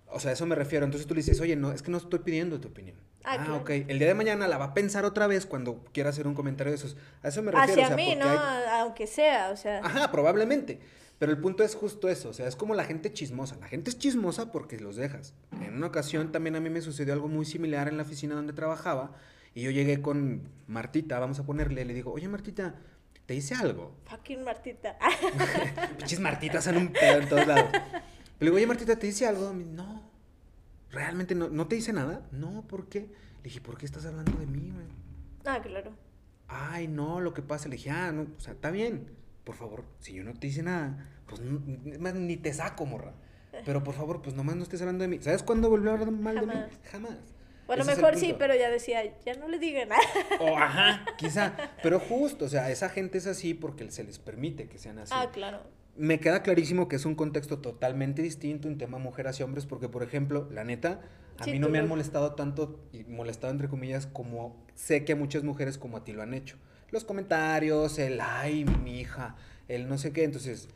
O sea, a eso me refiero. Entonces tú le dices, oye, no, es que no estoy pidiendo tu opinión. Ah, Ah, claro. ok. El día de mañana la va a pensar otra vez cuando quiera hacer un comentario de esos. A eso me refiero. Hacia o sea, mí, porque ¿no? hay- Aunque sea, o sea. Ajá, probablemente. Pero el punto es justo eso. O sea, es como la gente chismosa. La gente es chismosa porque los dejas. En una ocasión también a mí me sucedió algo muy similar en la oficina donde trabajaba. Y yo llegué con Martita, vamos a ponerle, le digo, oye Martita, ¿te hice algo? Fucking Martita. Pinches Martitas en un pedo en todos lados. Le digo, oye Martita, ¿te hice algo? No, realmente no, ¿no te hice nada? No, ¿por qué? Le dije, ¿por qué estás hablando de mí, güey? Ah, claro. Ay, no, lo que pasa. Le dije, ah, no, o sea, está bien. Por favor, si yo no te hice nada, pues no, es más, ni te saco, morra. Pero por favor, pues nomás no estés hablando de mí. ¿Sabes cuándo volvió a hablar mal de mí? Jamás. Jamás. O a lo Ese es el mejor sí, punto. pero ya decía, ya no le digan nada. O ajá, quizá. Pero justo, o sea, esa gente es así porque se les permite que sean así. Ah, claro. Me queda clarísimo que es un contexto totalmente distinto, un tema mujer hacia hombres, porque, por ejemplo, la neta, a Sí, mí no tú me han lo- molestado tanto, y molestado entre comillas, como sé que a muchas mujeres como a ti lo han hecho. Los comentarios, el, ay, mi hija, el no sé qué, entonces,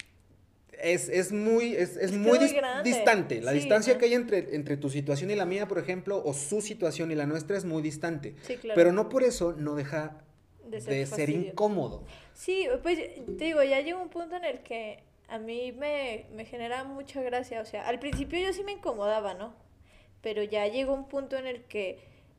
es, es muy, es, es Es que muy muy dis- grande. distante. La Sí, distancia ¿no? que hay entre, entre tu situación y la mía, por ejemplo, o su situación y la nuestra es muy distante. Sí, claro. Pero no por eso no deja De de ser ser, fastidio. incómodo. Sí, pues te digo, ya llegó un punto en el que a mí me, me genera mucha gracia. O sea, al principio yo sí me incomodaba, ¿no? Pero ya llegó un punto en el que,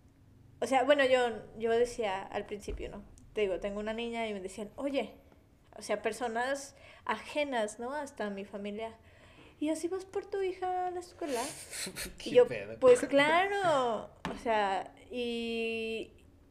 o sea, bueno, yo, yo decía al principio, ¿no? Te digo, tengo una niña y me decían, oye, o sea, personas ajenas, ¿no? Hasta mi familia. ¿Y así vas por tu hija a la escuela? Qué Y yo, pedo. pues claro, o sea, y,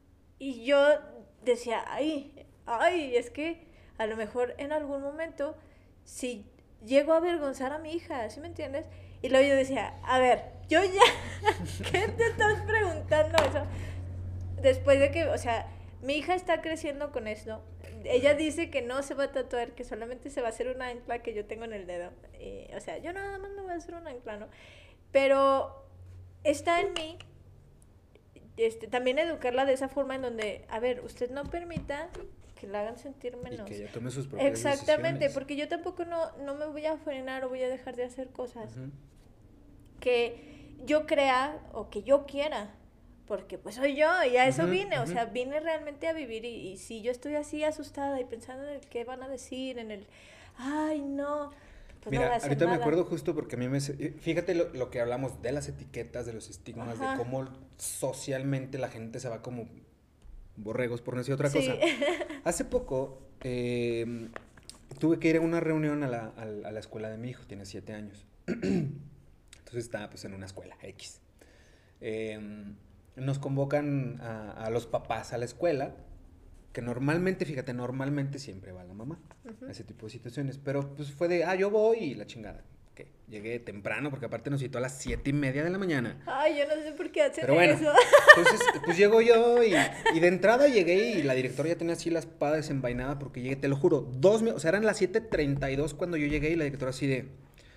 y yo decía, ay, ay, es que a lo mejor en algún momento, si llego a avergonzar a mi hija, ¿sí me entiendes? Y luego yo decía, a ver, yo ya, ¿qué te estás preguntando eso? Después de que, o sea, mi hija está creciendo con esto. Ella dice que no se va a tatuar, que solamente se va a hacer una ancla que yo tengo en el dedo. Y, o sea, yo nada más me voy a hacer una ancla, ¿no? Pero está en mí este, también educarla de esa forma en donde, a ver, usted no permita que la hagan sentir menos. Y que ella tome sus propias Exactamente, decisiones. porque yo tampoco no, no me voy a frenar o voy a dejar de hacer cosas Ujú. que yo crea o que yo quiera. Porque pues soy yo y a eso Ujú, vine, o ujú. sea, vine realmente a vivir y, y si yo estoy así asustada y pensando en el qué van a decir, en el, ay no, pues no voy Mira, a hacer ahorita me nada. acuerdo justo porque a mí me... Fíjate lo, lo que hablamos de las etiquetas, de los estigmas, Ajá. de cómo socialmente la gente se va como borregos, por no decir otra Sí. cosa. Hace poco eh, tuve que ir a una reunión a la, a la- a la escuela de mi hijo, tiene siete años. Entonces estaba pues en una escuela X. Eh, nos convocan a, a los papás a la escuela, que normalmente, fíjate, normalmente siempre va la mamá Ujú. a ese tipo de situaciones, pero pues fue de, ah, yo voy y la chingada. Ok, llegué temprano porque aparte nos citó a las siete y media de la mañana. Ay, yo no sé por qué hacen Pero bueno, eso. entonces pues llego yo y, y de entrada llegué y la directora ya tenía así la espada desenvainada porque llegué, te lo juro, dos, mi- o sea, eran las siete treinta y dos cuando yo llegué y la directora así de,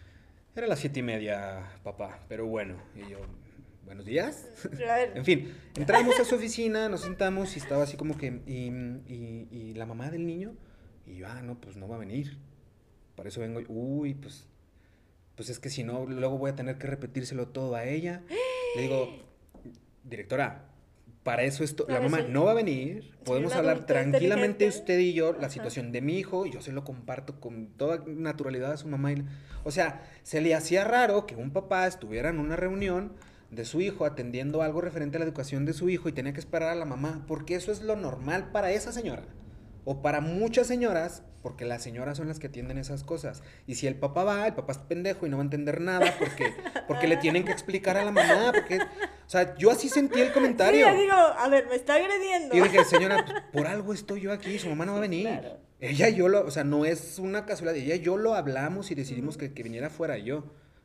era las siete y media, papá, pero bueno, y yo, buenos días. A ver, En fin, entramos a su oficina, nos sentamos y estaba así como que, y, y, y la mamá del niño, y yo, ah, no, pues no va a venir, para eso vengo, uy, pues, pues es que si no, luego voy a tener que repetírselo todo a ella. Le digo, directora, para eso esto, la Para mamá eso- no va a venir, podemos un hablar adulto tranquilamente inteligente. usted y yo la Ajá. situación de mi hijo, y yo se lo comparto con toda naturalidad a su mamá. Y, o sea, se le hacía raro que un papá estuviera en una reunión de su hijo atendiendo algo referente a la educación de su hijo y tenía que esperar a la mamá, porque eso es lo normal para esa señora. O para muchas señoras, porque las señoras son las que atienden esas cosas. Y si el papá va, el papá es pendejo y no va a entender nada porque, porque le tienen que explicar a la mamá. Porque, o sea, yo así sentí el sí, comentario. yo digo, a ver, me está agrediendo. Y yo dije, señora, pues, por algo estoy yo aquí, su mamá no va a Sí, venir. claro. Ella y yo lo, o sea, no es una casualidad, ella y yo lo hablamos y decidimos Ujú. que, que viniera fuera yo.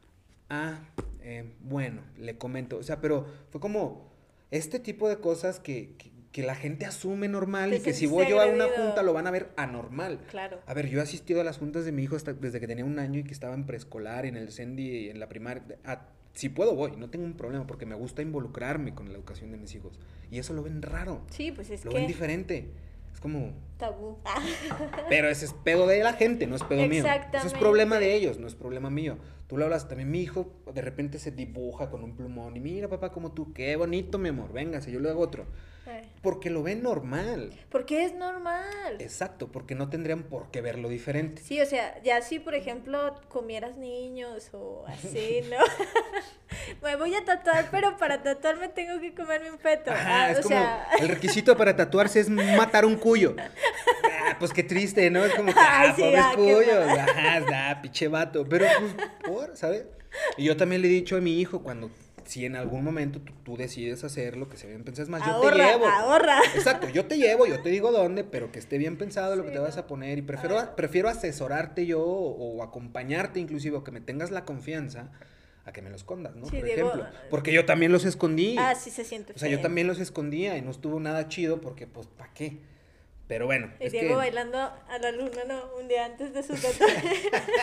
Ah, eh, bueno, le comento, o sea, pero fue como este tipo de cosas que, que, que la gente asume normal Te y que si sentiste voy yo a una agredido. junta lo van a ver anormal. Claro. A ver, yo he asistido a las juntas de mi hijo hasta desde que tenía un año y que estaba en preescolar, en el Sendi y en la primaria. Ah, si puedo voy, no tengo un problema porque me gusta involucrarme con la educación de mis hijos. Y eso lo ven raro, Sí, pues es lo que ven diferente. Es como, tabú. pero ese es pedo de la gente, no es pedo mío. Eso es Exactamente. problema de ellos, no es problema mío. tú lo hablas también, mi hijo de repente se dibuja con un plumón y mira papá como tú, qué bonito mi amor, véngase, yo le hago otro. Eh. Porque lo ven normal. Porque es normal. Exacto, porque no tendrían por qué verlo diferente. Sí, o sea, ya si por ejemplo comieras niños o así, ¿no? Me voy a tatuar, pero para tatuarme tengo que comerme un feto. Ajá, ah, es o como, sea... el requisito para tatuarse es matar un cuyo. Ah, pues qué triste, ¿no? Es como que, ah, Ay, sí, pobres ah, qué cuyos. mal. Ajá, da, pinche vato. Pero, pues, por, ¿sabes? Y yo también le he dicho a mi hijo, cuando, si en algún momento tú, tú decides hacer lo que se bien pensás más, yo Ahorra, te llevo. ahorra. Exacto, yo te llevo, yo te digo dónde, pero que esté bien pensado lo que Sí, te vas no. a poner. Y prefiero, Ay. prefiero asesorarte yo o, o acompañarte inclusive, o que me tengas la confianza a que me los escondas, ¿no? Sí, Por Diego, ejemplo. Porque yo también los escondí. Ah, sí se siente O sea, feo. yo también los escondía y no estuvo nada chido porque, pues, ¿para qué? Pero bueno, Y es Diego que... bailando a la luna, ¿no? Un día antes de su tatuaje.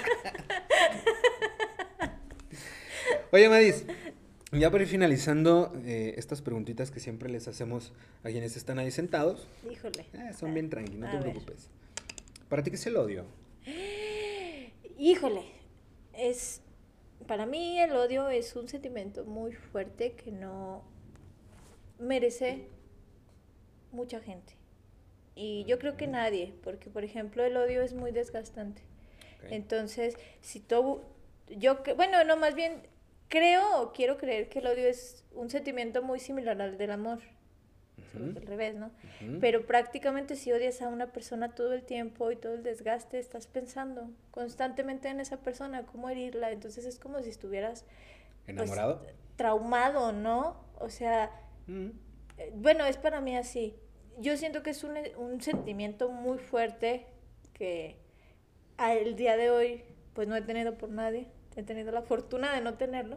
Oye, Madis, ya para ir finalizando eh, estas preguntitas que siempre les hacemos a quienes están ahí sentados. Híjole. Eh, son bien tranqui, no A te ver. preocupes. ¿Para ti qué es el odio? Híjole. Es... Para mí el odio es un sentimiento muy fuerte que no merece mucha gente. Y yo creo que nadie, porque por ejemplo el odio es muy desgastante. Ok. Entonces, si tú, yo, que- bueno, no, más bien creo o quiero creer que el odio es un sentimiento muy similar al del amor, solo Ujú, que al revés, ¿no? ujú. Pero prácticamente si odias a una persona todo el tiempo y todo el desgaste, estás pensando constantemente en esa persona, cómo herirla, entonces es como si estuvieras pues, ¿Enamorado? traumado, ¿no? O sea, Mm. eh, bueno, es para mí así. Yo siento que es un, un sentimiento muy fuerte que al día de hoy pues no he tenido por nadie, he tenido la fortuna de no tenerlo,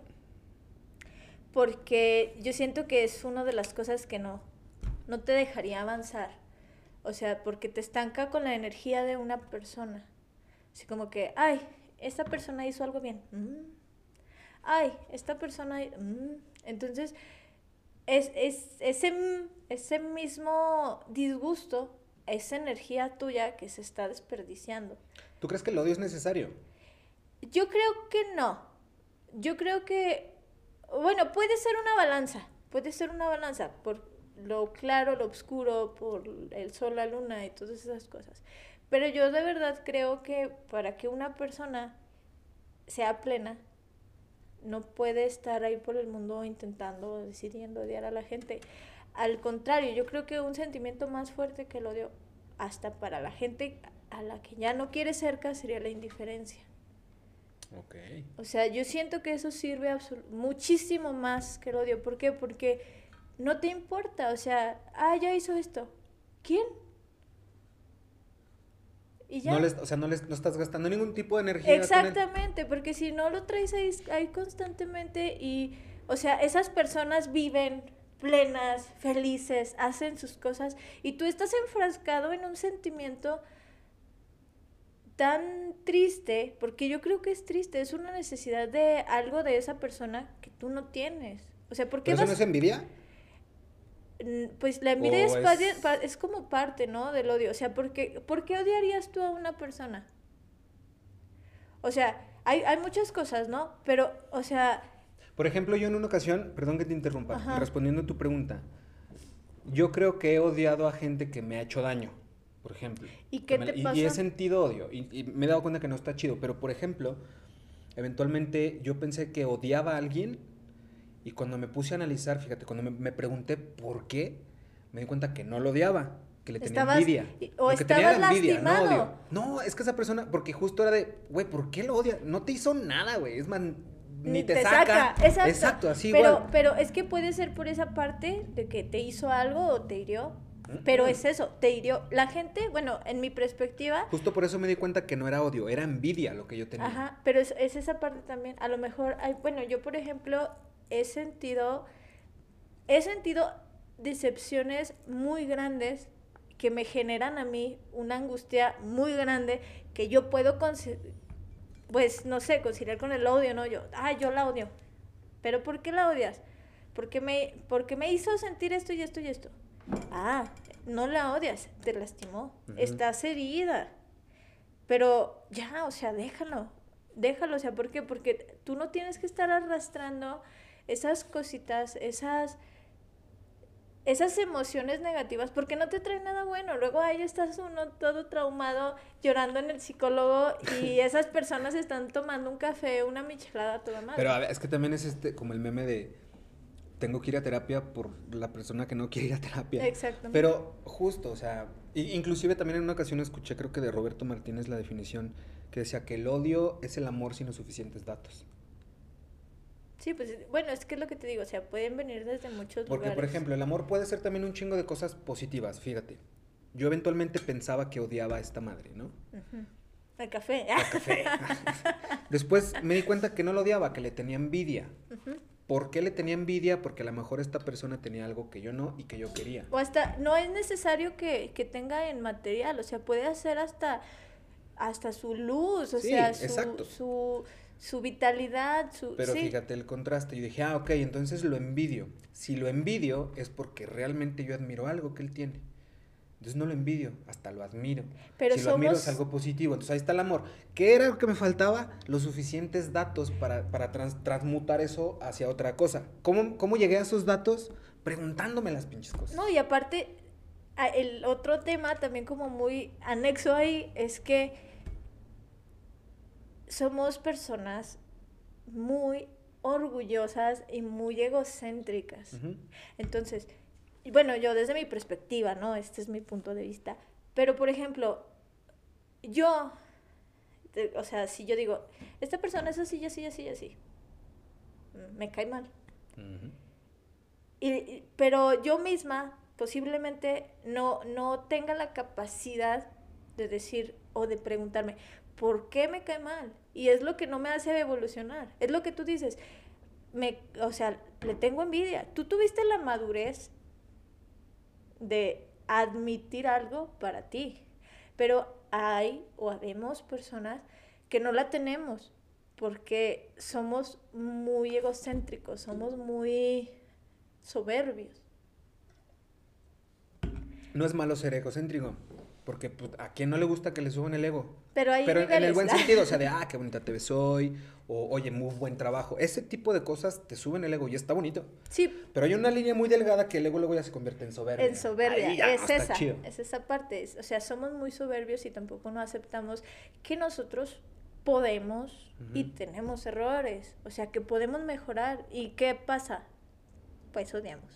porque yo siento que es una de las cosas que no, no te dejaría avanzar, o sea, porque te estanca con la energía de una persona, así como que, ay, esta persona hizo algo bien, mm. ay, esta persona, mm. entonces... Es, es ese, ese mismo disgusto, esa energía tuya que se está desperdiciando. ¿Tú crees que el odio es necesario? Yo creo que no. Yo creo que, bueno, puede ser una balanza, puede ser una balanza por lo claro, lo oscuro, por el sol, la luna y todas esas cosas. Pero yo de verdad creo que para que una persona sea plena, no puede estar ahí por el mundo intentando, decidiendo odiar a la gente. Al contrario, yo creo que un sentimiento más fuerte que el odio, hasta para la gente a la que ya no quiere cerca, sería la indiferencia. Ok. O sea, yo siento que eso sirve absol- muchísimo más que el odio. ¿Por qué? Porque no te importa. O sea, ah, ya hizo esto. ¿Quién? Y ya. No les, o sea, no, les, no estás gastando ningún tipo de energía. Exactamente, porque si no lo traes ahí, ahí constantemente y, o sea, esas personas viven plenas, felices, hacen sus cosas y tú estás enfrascado en un sentimiento tan triste, porque yo creo que es triste, es una necesidad de algo de esa persona que tú no tienes. O sea, ¿por qué ¿Pero eso vas? no es envidia? Pues la envidia O es, pa- es- pa- es como parte, ¿no? Del odio. O sea, ¿por qué, ¿por qué odiarías tú a una persona? O sea, hay, hay muchas cosas, ¿no? Pero, o sea, Por ejemplo, yo en una ocasión, perdón que te interrumpa, Ajá. respondiendo a tu pregunta, yo creo que he odiado a gente que me ha hecho daño, por ejemplo. ¿Y Que qué me- te y, pasó? y he sentido odio, y, y me he dado cuenta que no está chido, pero por ejemplo, eventualmente yo pensé que odiaba a alguien, y cuando me puse a analizar, fíjate, cuando me, me pregunté por qué, me di cuenta que no lo odiaba, que le tenía Estabas- envidia. o Lo que tenía estabas era envidia, lastimado. no odio. No, es que esa persona, porque justo era de, güey, ¿por qué lo odia? No te hizo nada, güey, es más, ni te, saca. Exacto. Exacto, así pero, igual. Pero es que puede ser por esa parte de que te hizo algo o te hirió. Pero es eso, te hirió. La gente, bueno, en mi perspectiva, Justo por eso me di cuenta que no era odio, era envidia lo que yo tenía. ajá, pero es, es esa parte también. A lo mejor, hay, bueno, yo por ejemplo he sentido, he sentido decepciones muy grandes que me generan a mí una angustia muy grande que yo puedo, conce- pues, no sé, conciliar con el odio, ¿no? Yo, ah, yo la odio. ¿Pero por qué la odias? Porque me, porque me hizo sentir esto y esto y esto. Ah, no la odias, te lastimó, Ujú. estás herida. Pero ya, o sea, déjalo. déjalo, o sea, ¿por qué? Porque tú no tienes que estar arrastrando esas cositas, esas esas emociones negativas, porque no te traen nada bueno. Luego ahí estás uno todo traumado, llorando en el psicólogo, y esas personas están tomando un café, una michelada a toda madre. Pero a ver, es que también es este como el meme de tengo que ir a terapia por la persona que no quiere ir a terapia. Exactamente. Pero justo, o sea, inclusive también en una ocasión escuché, creo que de Roberto Martínez, la definición que decía que el odio es el amor sin los suficientes datos. Sí, pues bueno, es que es lo que te digo, o sea, pueden venir desde muchos Porque, lugares. por ejemplo, el amor puede ser también un chingo de cosas positivas, fíjate. Yo eventualmente pensaba que odiaba a esta madre, ¿no? Uh-huh. El café. El café. Después me di cuenta que no lo odiaba, que le tenía envidia. Uh-huh. ¿Por qué le tenía envidia? Porque a lo mejor esta persona tenía algo que yo no y que yo quería. O hasta, no es necesario que, que tenga en material, o sea, puede hacer hasta, hasta su luz, o sí, sea, su, exacto. su, su vitalidad, su... Pero sí. fíjate el contraste, yo dije, ah, ok, entonces lo envidio. Si lo envidio es porque realmente yo admiro algo que él tiene. Entonces no lo envidio, hasta lo admiro. Pero si somos... lo admiro es algo positivo, entonces ahí está el amor. ¿Qué era lo que me faltaba? Los suficientes datos para, para trans, transmutar eso hacia otra cosa. ¿Cómo, ¿Cómo llegué a esos datos? Preguntándome las pinches cosas. No, y aparte, el otro tema también como muy anexo ahí es que somos personas muy orgullosas y muy egocéntricas. Uh-huh. Entonces... Y bueno, yo desde mi perspectiva, ¿no? Este es mi punto de vista. Pero, por ejemplo, yo, de, o sea, si yo digo, esta persona es así, así, así, así, me cae mal. Uh-huh. Y, y, pero yo misma posiblemente no, no tenga la capacidad de decir o de preguntarme, ¿por qué me cae mal? Y es lo que no me hace evolucionar. Es lo que tú dices. Me, o sea, le tengo envidia. Tú tuviste la madurez de admitir algo para ti, pero hay o habemos personas que no la tenemos porque somos muy egocéntricos, somos muy soberbios. No es malo ser egocéntrico, porque pues, a quien no le gusta que le suban el ego. Pero, hay Pero niveles, en el buen sentido, o sea, de, ah, qué bonita te ves hoy, o oye, muy buen trabajo. Ese tipo de cosas te suben el ego y está bonito. Sí. Pero hay una línea muy delgada que el ego luego ya se convierte en soberbia. En soberbia, ya, es no, esa, chido. es esa parte. O sea, somos muy soberbios y tampoco no aceptamos que nosotros podemos uh-huh. y tenemos errores. O sea, que podemos mejorar. ¿Y qué pasa? Pues odiamos.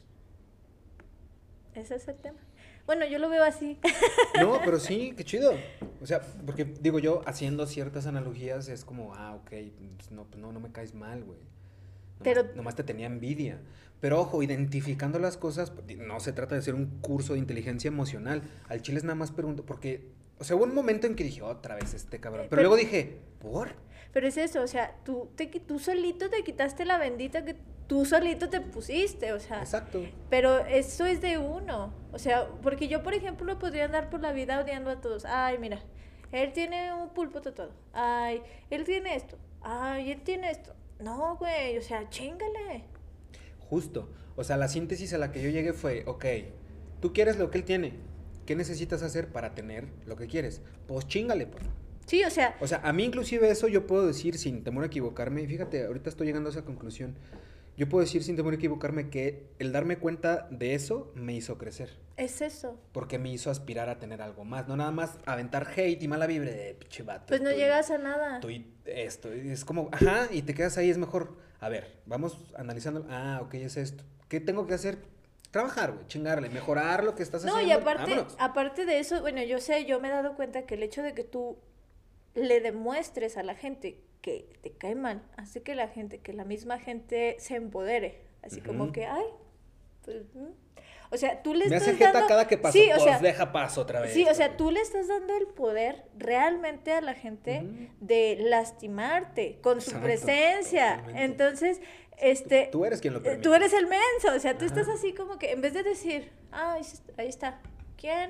Ese es el tema. Bueno, yo lo veo así. No, pero sí, qué chido. O sea, porque digo yo, haciendo ciertas analogías, es como, ah, ok, pues no, no, no me caes mal, güey. Nomás, pero nomás te tenía envidia. Pero ojo, identificando las cosas, no se trata de hacer un curso de inteligencia emocional. Al chile es nada más pregunto, porque, o sea, hubo un momento en que dije, otra vez este cabrón. Pero, pero luego dije, ¿por? Pero es eso, o sea, tú, te, tú solito te quitaste la bendita que tú solito te pusiste, o sea. Exacto. Pero eso es de uno, o sea, porque yo, por ejemplo, podría andar por la vida odiando a todos. Ay, mira, él tiene un pulpo tatuado. Ay, él tiene esto. Ay, él tiene esto. No, güey, o sea, chíngale. Justo, o sea, la síntesis a la que yo llegué fue, ok, tú quieres lo que él tiene, ¿qué necesitas hacer para tener lo que quieres? Pues chíngale, pues. Sí, o sea. O sea, a mí inclusive eso yo puedo decir sin temor a equivocarme, y fíjate, ahorita estoy llegando a esa conclusión. Yo puedo decir sin temor a equivocarme que el darme cuenta de eso me hizo crecer. Es eso. Porque me hizo aspirar a tener algo más. No nada más aventar hate y mala vibra de pinche vato. Pues no estoy, llegas a nada. Estoy esto. Es como, ajá, y te quedas ahí, es mejor. A ver, vamos analizando. Ah, ok, es esto. ¿Qué tengo que hacer? Trabajar, güey, chingarle, mejorar lo que estás no, haciendo. No, y aparte, aparte de eso, bueno, yo sé, yo me he dado cuenta que el hecho de que tú le demuestres a la gente que te cae mal, hace que la gente, que la misma gente se empodere, así uh-huh. como que, ay, pues, o sea, tú le me estás hace jeta dando... cada que paso, sí, pues o sea, deja paso otra vez. Sí, o sea, tú le estás dando el poder realmente a la gente uh-huh. de lastimarte con su Exacto, presencia, totalmente. Entonces, este... Tú eres quien lo permite. Tú eres el menso, o sea, tú Ajá. estás así como que, en vez de decir, ay, ahí está, ¿quién?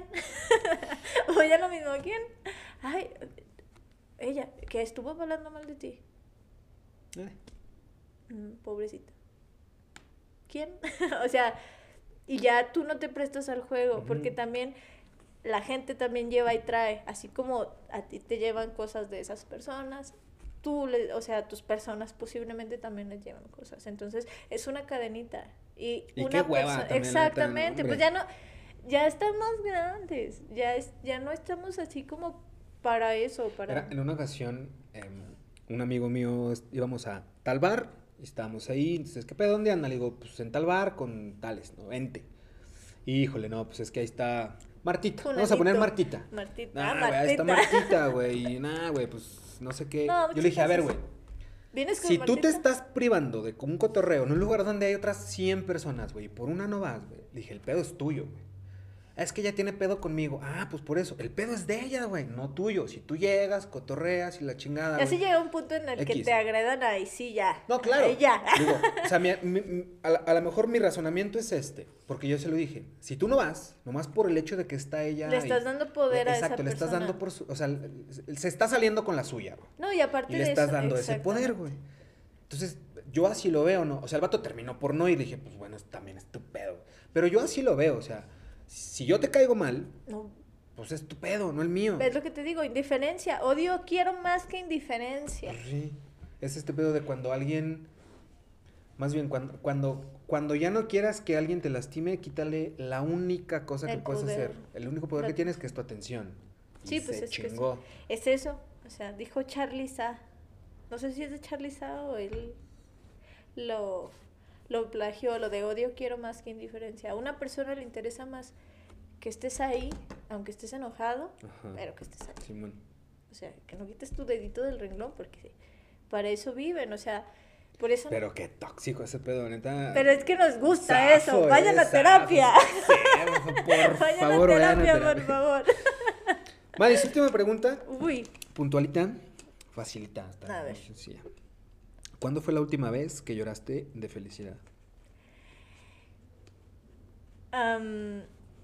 O ya lo mismo, ¿quién? Ay... Ella, que estuvo hablando mal de ti. Eh. Mm, pobrecita. ¿Quién? O sea, y ya tú no te prestas al juego, uh-huh. porque también la gente también lleva y trae, así como a ti te llevan cosas de esas personas, tú, le, o sea, tus personas posiblemente también les llevan cosas. Entonces, es una cadenita. Y, y una qué hueva perso- también, exactamente, neta, pues ya no, ya estamos grandes, ya, es, ya no estamos así como para eso, para... Era, en una ocasión, eh, un amigo mío, íbamos a tal bar, y estábamos ahí, entonces, ¿qué pedo? ¿Dónde andan? Le digo, pues en tal bar con tales, ¿no? Vente. Híjole, no, pues es que ahí está Martita. Fulanito. Vamos a poner Martita. Martita, Nah, ah, güey, ahí está Martita. Martita, güey. Nah, güey, pues no sé qué. No, Yo le dije, a ver, güey. ¿Vienes con Si tú te Martita? estás privando de un cotorreo en un lugar donde hay otras cien personas, güey, y por una no vas, güey. Le dije, el pedo es tuyo, güey. Es que ella tiene pedo conmigo. Ah, pues por eso. El pedo es de ella, güey, no tuyo. Si tú llegas, cotorreas y la chingada. Y así güey, llega un punto en el que X. te agredan ahí, sí, ya. No, claro. Ahí ya. Digo, o sea, mi- mi- mi- a, la- a lo mejor mi razonamiento es este, porque yo se lo dije. Si tú no vas, nomás por el hecho de que está ella. Le estás y- dando poder a esa Exacto, le estás persona. dando por su. O sea, se está saliendo con la suya, güey. No, y aparte Y de le estás eso, dando ese poder, exactamente. güey. Entonces, yo así lo veo, ¿no? O sea, el vato terminó por no ir y dije, pues bueno, es también es tu pedo. Pero yo así lo veo, o sea, si yo te caigo mal, No, pues es tu pedo, no el mío. es lo que te digo, indiferencia. Odio quiero más que indiferencia. Pues sí, es este pedo de cuando alguien, más bien cuando, cuando, cuando ya no quieras que alguien te lastime, quítale la única cosa que El puedes poder. hacer. El único poder La- que tienes que es tu atención. Y Sí, pues se es que chingó. es eso. O sea, dijo Charlie Sa. No sé si es de Charlie Sa o él lo, lo plagió, lo de odio quiero más que indiferencia. A una persona le interesa más que estés ahí, aunque estés enojado, Ajá. pero que estés ahí. Simón. O sea, que no quites tu dedito del renglón, porque para eso viven, o sea, por eso... Pero qué tóxico ese pedo, neta. Pero es que nos gusta Zafo, eso, vayan eh, a zafo. terapia. Sí, por Vayan favor, a vayan a terapia, por terapia. favor. Vale, última pregunta. Uy, Puntualita, facilita. Está A ver. muy sencilla. ¿Cuándo fue la última vez que lloraste de felicidad? am,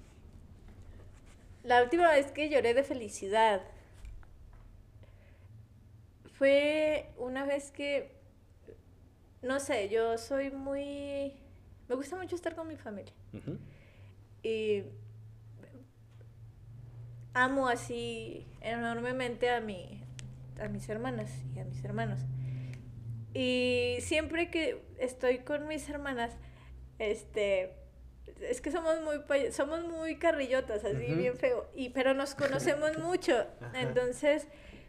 la última vez que lloré de felicidad fue una vez que, no sé, yo soy muy... Me gusta mucho estar con mi familia. Ujú. Y amo así enormemente a mi, a mis hermanas y a mis hermanos. Y siempre que estoy con mis hermanas, este, es que somos muy pay- somos muy carrillotas, así Ujú. bien feo, y pero nos conocemos mucho. Ajá. Entonces,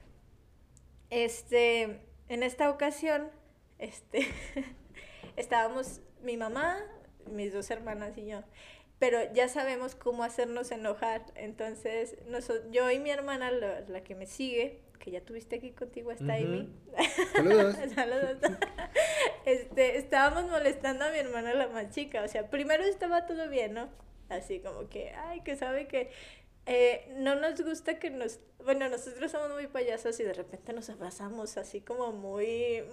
este, en esta ocasión, este, estábamos mi mamá, mis dos hermanas y yo. Pero ya sabemos cómo hacernos enojar. Entonces, noso- yo y mi hermana, la, la que me sigue, que ya tuviste aquí contigo, está Ujú. Amy. Saludos. Saludos. Este, estábamos molestando a mi hermana la más chica. O sea, primero estaba todo bien, ¿no? Así como que, ay, que sabe que eh, no nos gusta que nos... Bueno, nosotros somos muy payasos y de repente nos abrazamos así como muy,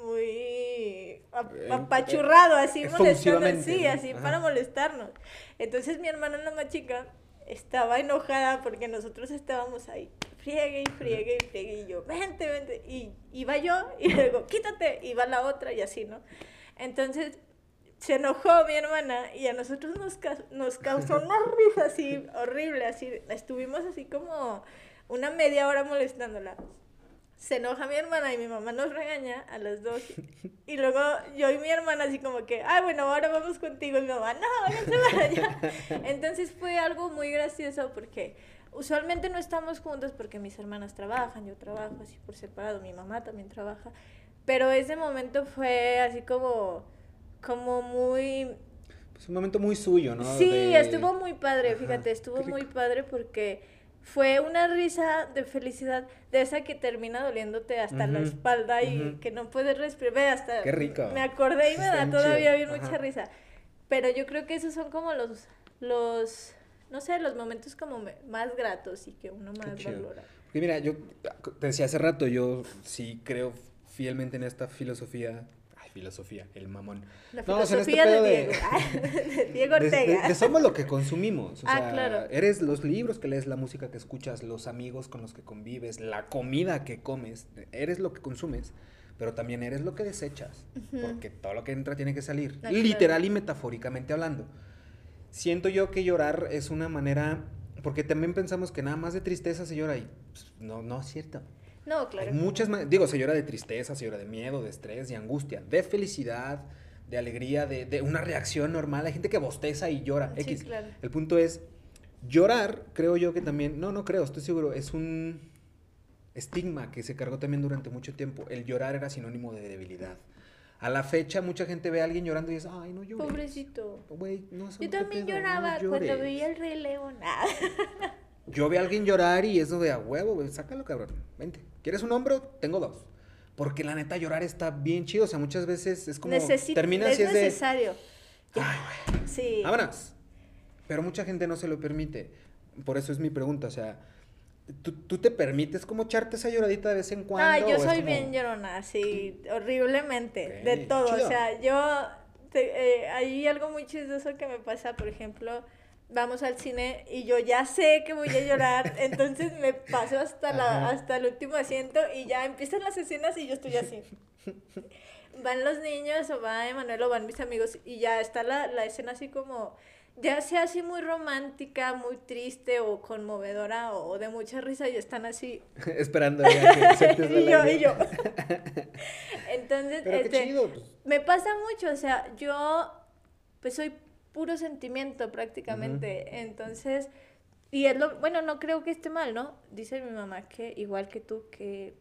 muy ap- Eh, apachurrado, así molestando, efusivamente, sí, ¿no? así Ajá. para molestarnos. Entonces mi hermana la más chica estaba enojada porque nosotros estábamos ahí, friegue y friegue y friegue, y yo, vente, vente, y iba yo, y luego, quítate, y va la otra, y así, ¿no? Entonces, se enojó mi hermana, y a nosotros nos, ca- nos causó una risa así, horrible, así, estuvimos así como una media hora molestándola. Se enoja mi hermana y mi mamá nos regaña a las dos. Y luego yo y mi hermana así como que, ay, bueno, ahora vamos contigo. Y mi mamá, no, váyanse para allá. Entonces fue algo muy gracioso porque usualmente no estamos juntos porque mis hermanas trabajan, yo trabajo así por separado, mi mamá también trabaja. Pero ese momento fue así como, como muy... Pues un momento muy suyo, ¿no? Sí, De- estuvo muy padre, Ajá, fíjate, estuvo qué rico. muy padre porque fue una risa de felicidad, de esa que termina doliéndote hasta la Ujú, espalda y ujú. que no puedes respirar, ve, hasta Qué rico. me acordé y me Está da bien todavía chido, bien mucha ajá. risa. Pero yo creo que esos son como los, los, no sé, los momentos como me- más gratos y que uno más chido. valora. Porque mira, yo te decía hace rato, yo sí creo fielmente en esta filosofía. Ay, filosofía, el mamón. La No, o sea, en este filosofía pedo de de- Diego, Ay, de Diego De, Ortega. de- de somos lo que consumimos. O Ah, sea, claro. eres los libros que lees, la música que escuchas, los amigos con los que convives, la comida que comes. Eres lo que consumes, pero también eres lo que desechas. Ujú. Porque todo lo que entra tiene que salir. Ah, claro. Literal y metafóricamente hablando. Siento yo que llorar es una manera. Porque también pensamos que nada más de tristeza se llora y pues, no, no es cierto. No, claro. Hay muchas, digo, se llora de tristeza, se llora de miedo, de estrés, de angustia, de felicidad, de alegría, de, de una reacción normal. Hay gente que bosteza y llora. Sí, X. claro. El punto es, llorar, creo yo que también, no, no creo, estoy seguro, es un estigma que se cargó también durante mucho tiempo. El llorar era sinónimo de debilidad. A la fecha, mucha gente ve a alguien llorando y dice, ay, no llores. Pobrecito. Güey, no, eso Yo no te también pedo, lloraba no cuando llores. veía el Rey León. Ah. Yo veo a alguien llorar y eso de a huevo, güey, sácalo, cabrón, vente. ¿Quieres un hombro? Tengo dos. Porque la neta llorar está bien chido, o sea, muchas veces es como, Necesi- termina es así es de, necesario. Ya. ay, güey, Sí. vámonos. Pero mucha gente no se lo permite, por eso es mi pregunta, o sea, ¿tú, tú te permites como echarte esa lloradita de vez en cuando? Ah, yo o es soy como- bien llorona, sí, horriblemente, Ok, de todo, chido. o sea, yo, te- eh, hay algo muy chistoso que me pasa, por ejemplo, vamos al cine y yo ya sé que voy a llorar, entonces me paso hasta, la, Ajá. hasta el último asiento y ya empiezan las escenas y yo estoy así. Van los niños o va Emanuel o van mis amigos y ya está la, la escena así como, ya sea así muy romántica, muy triste o conmovedora o de mucha risa y están así. Esperando ya que sueltes la y yo, lágrima. y yo. Entonces, Pero qué este, chido, pues. me pasa mucho, o sea, yo pues soy puro sentimiento prácticamente, Ujú. entonces, y es lo, bueno, no creo que esté mal, ¿no? Dice mi mamá que igual que tú, que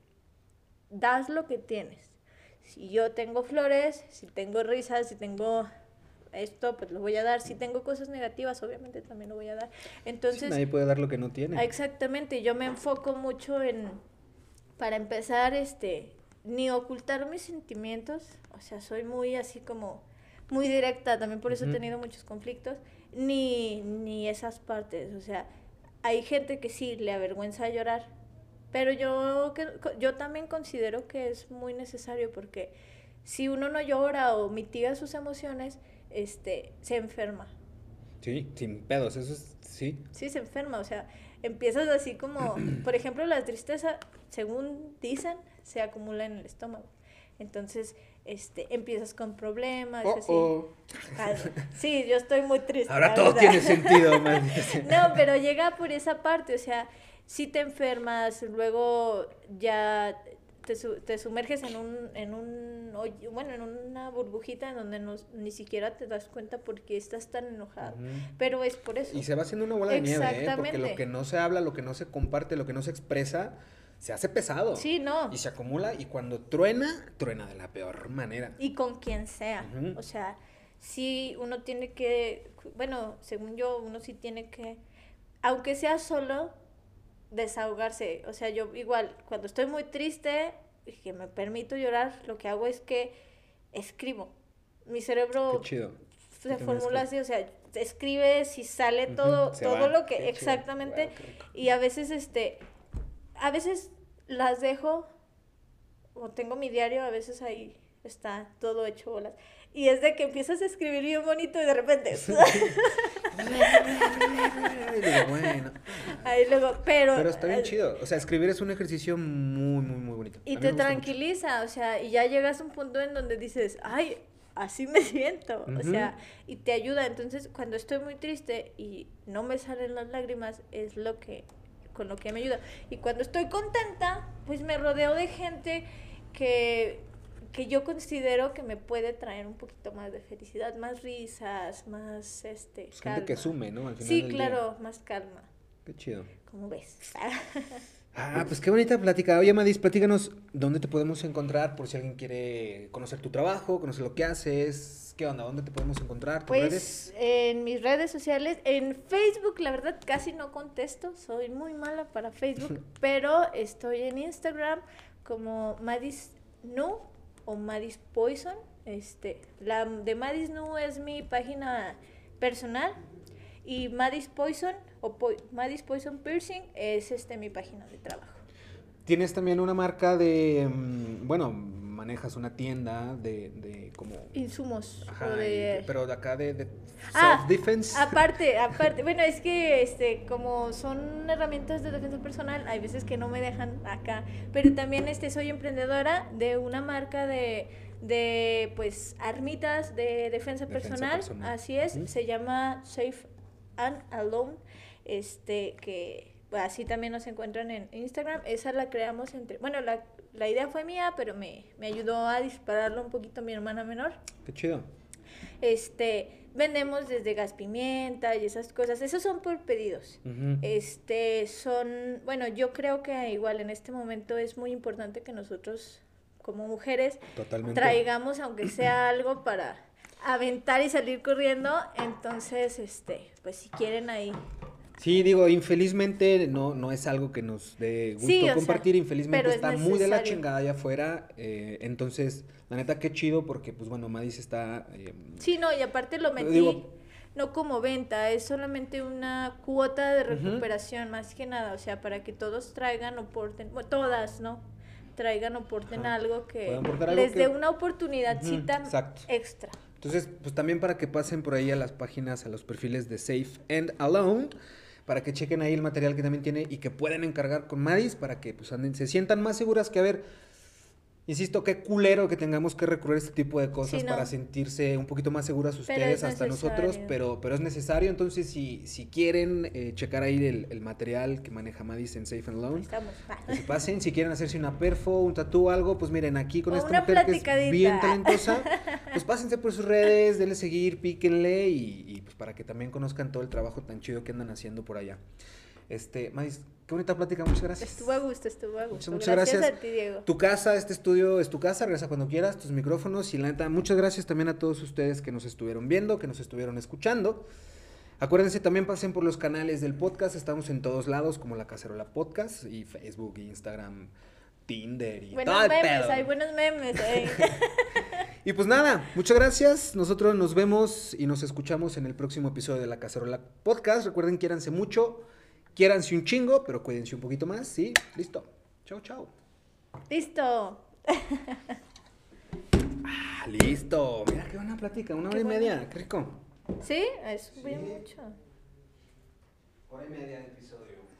das lo que tienes. Si yo tengo flores, si tengo risas, si tengo esto, pues lo voy a dar. Si tengo cosas negativas, obviamente también lo voy a dar. Entonces, Sí, nadie puede dar lo que no tiene. exactamente, yo me enfoco mucho en, para empezar, este, ni ocultar mis sentimientos, o sea, soy muy así como, muy directa, también por eso Ujú. he tenido muchos conflictos, ni, ni esas partes, o sea, hay gente que sí le avergüenza llorar, pero yo, que, yo también considero que es muy necesario porque si uno no llora o mitiga sus emociones, este, se enferma. Sí, sin pedos, eso es, sí. Sí, se enferma, o sea, empiezas así como, por ejemplo, la tristeza, según dicen, se acumula en el estómago. Entonces, este, empiezas con problemas, Oh, así. oh. Ah, sí, yo estoy muy triste. Ahora la todo verdad. tiene sentido, maldita sea. No, pero llega por esa parte, o sea, si te enfermas, luego ya te, su- te sumerges en un, en un, hoyo- bueno, en una burbujita en donde no, ni siquiera te das cuenta porque estás tan enojado. Ujú. Pero es por eso. Y se va haciendo una bola de nieve, ¿eh? Porque Exactamente. lo que no se habla, lo que no se comparte, lo que no se expresa, se hace pesado. Sí, no. Y se acumula y cuando truena, truena de la peor manera. Y con quien sea. Ujú. O sea, sí uno tiene que, bueno, según yo, uno sí tiene que, aunque sea solo, desahogarse. O sea, yo igual, cuando estoy muy triste y que me permito llorar, lo que hago es que escribo. Mi cerebro Qué chido. se también formula escribo. así, o sea, escribes y sale Ujú, todo, se todo va. lo que, Qué chido. exactamente. Guau, qué rico. Y a veces, este, a veces las dejo, o tengo mi diario, a veces ahí está todo hecho bolas. Y es de que empiezas a escribir bien bonito y de repente, Y digo, bueno. ahí luego, pero... Pero está bien eh, chido. O sea, escribir es un ejercicio muy, muy, muy bonito. Y A mí te me gusta mucho. tranquiliza, o sea, y ya llegas a un punto en donde dices, ay, así me siento, o Ujú. sea, y te ayuda. Entonces, cuando estoy muy triste y no me salen las lágrimas, es lo que, con lo que me ayuda. Y cuando estoy contenta, pues me rodeo de gente que, que yo considero que me puede traer un poquito más de felicidad, más risas, más, este, Pues calma. gente que sume, ¿no? Al final Sí, del día. claro, más calma. Qué chido. ¿Cómo ves? Ah, pues qué bonita plática. Oye, Madis, platícanos dónde te podemos encontrar por si alguien quiere conocer tu trabajo, conocer lo que haces. ¿Qué onda? ¿Dónde te podemos encontrar? ¿Tus redes? Pues en mis redes sociales, en Facebook, la verdad casi no contesto, soy muy mala para Facebook, pero estoy en Instagram como Madis Nu o Madis Poison. Este, la de Madis Nu es mi página personal y Madis Poison o Po- Madis Poison Piercing es este mi página de trabajo. Tienes también una marca de, mm, bueno, manejas una tienda de, de como... Insumos Ajá, o de... y- pero de acá de, de Ah, self-defense. aparte, aparte, bueno, es que este, como son herramientas de defensa personal, hay veces que no me dejan acá, pero también este soy emprendedora de una marca de, de pues armitas de defensa, Defensa personal, personal. así es, Ujú. se llama Safe and Alone, este, que así también nos encuentran en Instagram. Esa la creamos entre, bueno, la, la idea fue mía, pero me, me ayudó a dispararlo un poquito mi hermana menor. Qué chido. Este, vendemos desde gas pimienta y esas cosas. Esos son por pedidos. Uh-huh. Este, son, bueno, yo creo que igual en este momento es muy importante que nosotros como mujeres Totalmente. traigamos aunque sea algo para aventar y salir corriendo. Entonces, este, pues si quieren ahí. Sí, digo, infelizmente no, no es algo que nos dé gusto Sí, o compartir, sea, infelizmente pero es está muy de la necesario. chingada allá afuera, eh, entonces, la neta, qué chido, porque, pues, bueno, Madis está... eh, Sí, no, y aparte lo metí digo, no como venta, es solamente una cuota de Ujú. recuperación, más que nada, o sea, para que todos traigan o porten, bueno, todas, ¿no? Traigan o porten Ajá. algo que Puedan portar algo les que- dé una oportunidadcita Ujú, exacto. extra. Entonces, pues también para que pasen por ahí a las páginas, a los perfiles de Safe and Alone, para que chequen ahí el material que también tiene y que pueden encargar con Madis para que pues anden, se sientan más seguras que, a ver, insisto, qué culero que tengamos que recurrir a este tipo de cosas Sí, no. para sentirse un poquito más seguras Pero ustedes, es hasta nosotros, necesario. pero, pero es necesario. Entonces, si, si quieren eh, checar ahí el, el material que maneja Madis en Safe and Ahí Alone, estamos. que se pasen. Si quieren hacerse una perfo, un tatú, algo, pues miren, aquí con O esta una mujer que es platicadita. bien talentosa, pues pásense por sus redes, denle seguir, píquenle y, y pues para que también conozcan todo el trabajo tan chido que andan haciendo por allá. Este, Madis, qué bonita plática, muchas gracias. Estuvo a gusto, estuvo a gusto. Muchas, muchas gracias. a ti, Diego. Tu casa, este estudio es tu casa, regresa cuando quieras, tus micrófonos y la neta, muchas gracias también a todos ustedes que nos estuvieron viendo, que nos estuvieron escuchando. Acuérdense, también pasen por los canales del podcast, estamos en todos lados como La Cacerola Podcast y Facebook, Instagram, Tinder y Buenos todo el memes, pedo. hay buenos memes. eh. Y pues nada, muchas gracias, nosotros nos vemos y nos escuchamos en el próximo episodio de La Cacerola Podcast. Recuerden, quiéranse mucho, quiéranse un chingo, pero cuídense un poquito más, ¿sí? Listo, chau, chau. Listo. Ah, listo. Mira qué buena plática, una hora Qué y buena. media, qué rico. ¿Sí? Eso fue Sí. mucho. Hora y media de episodio.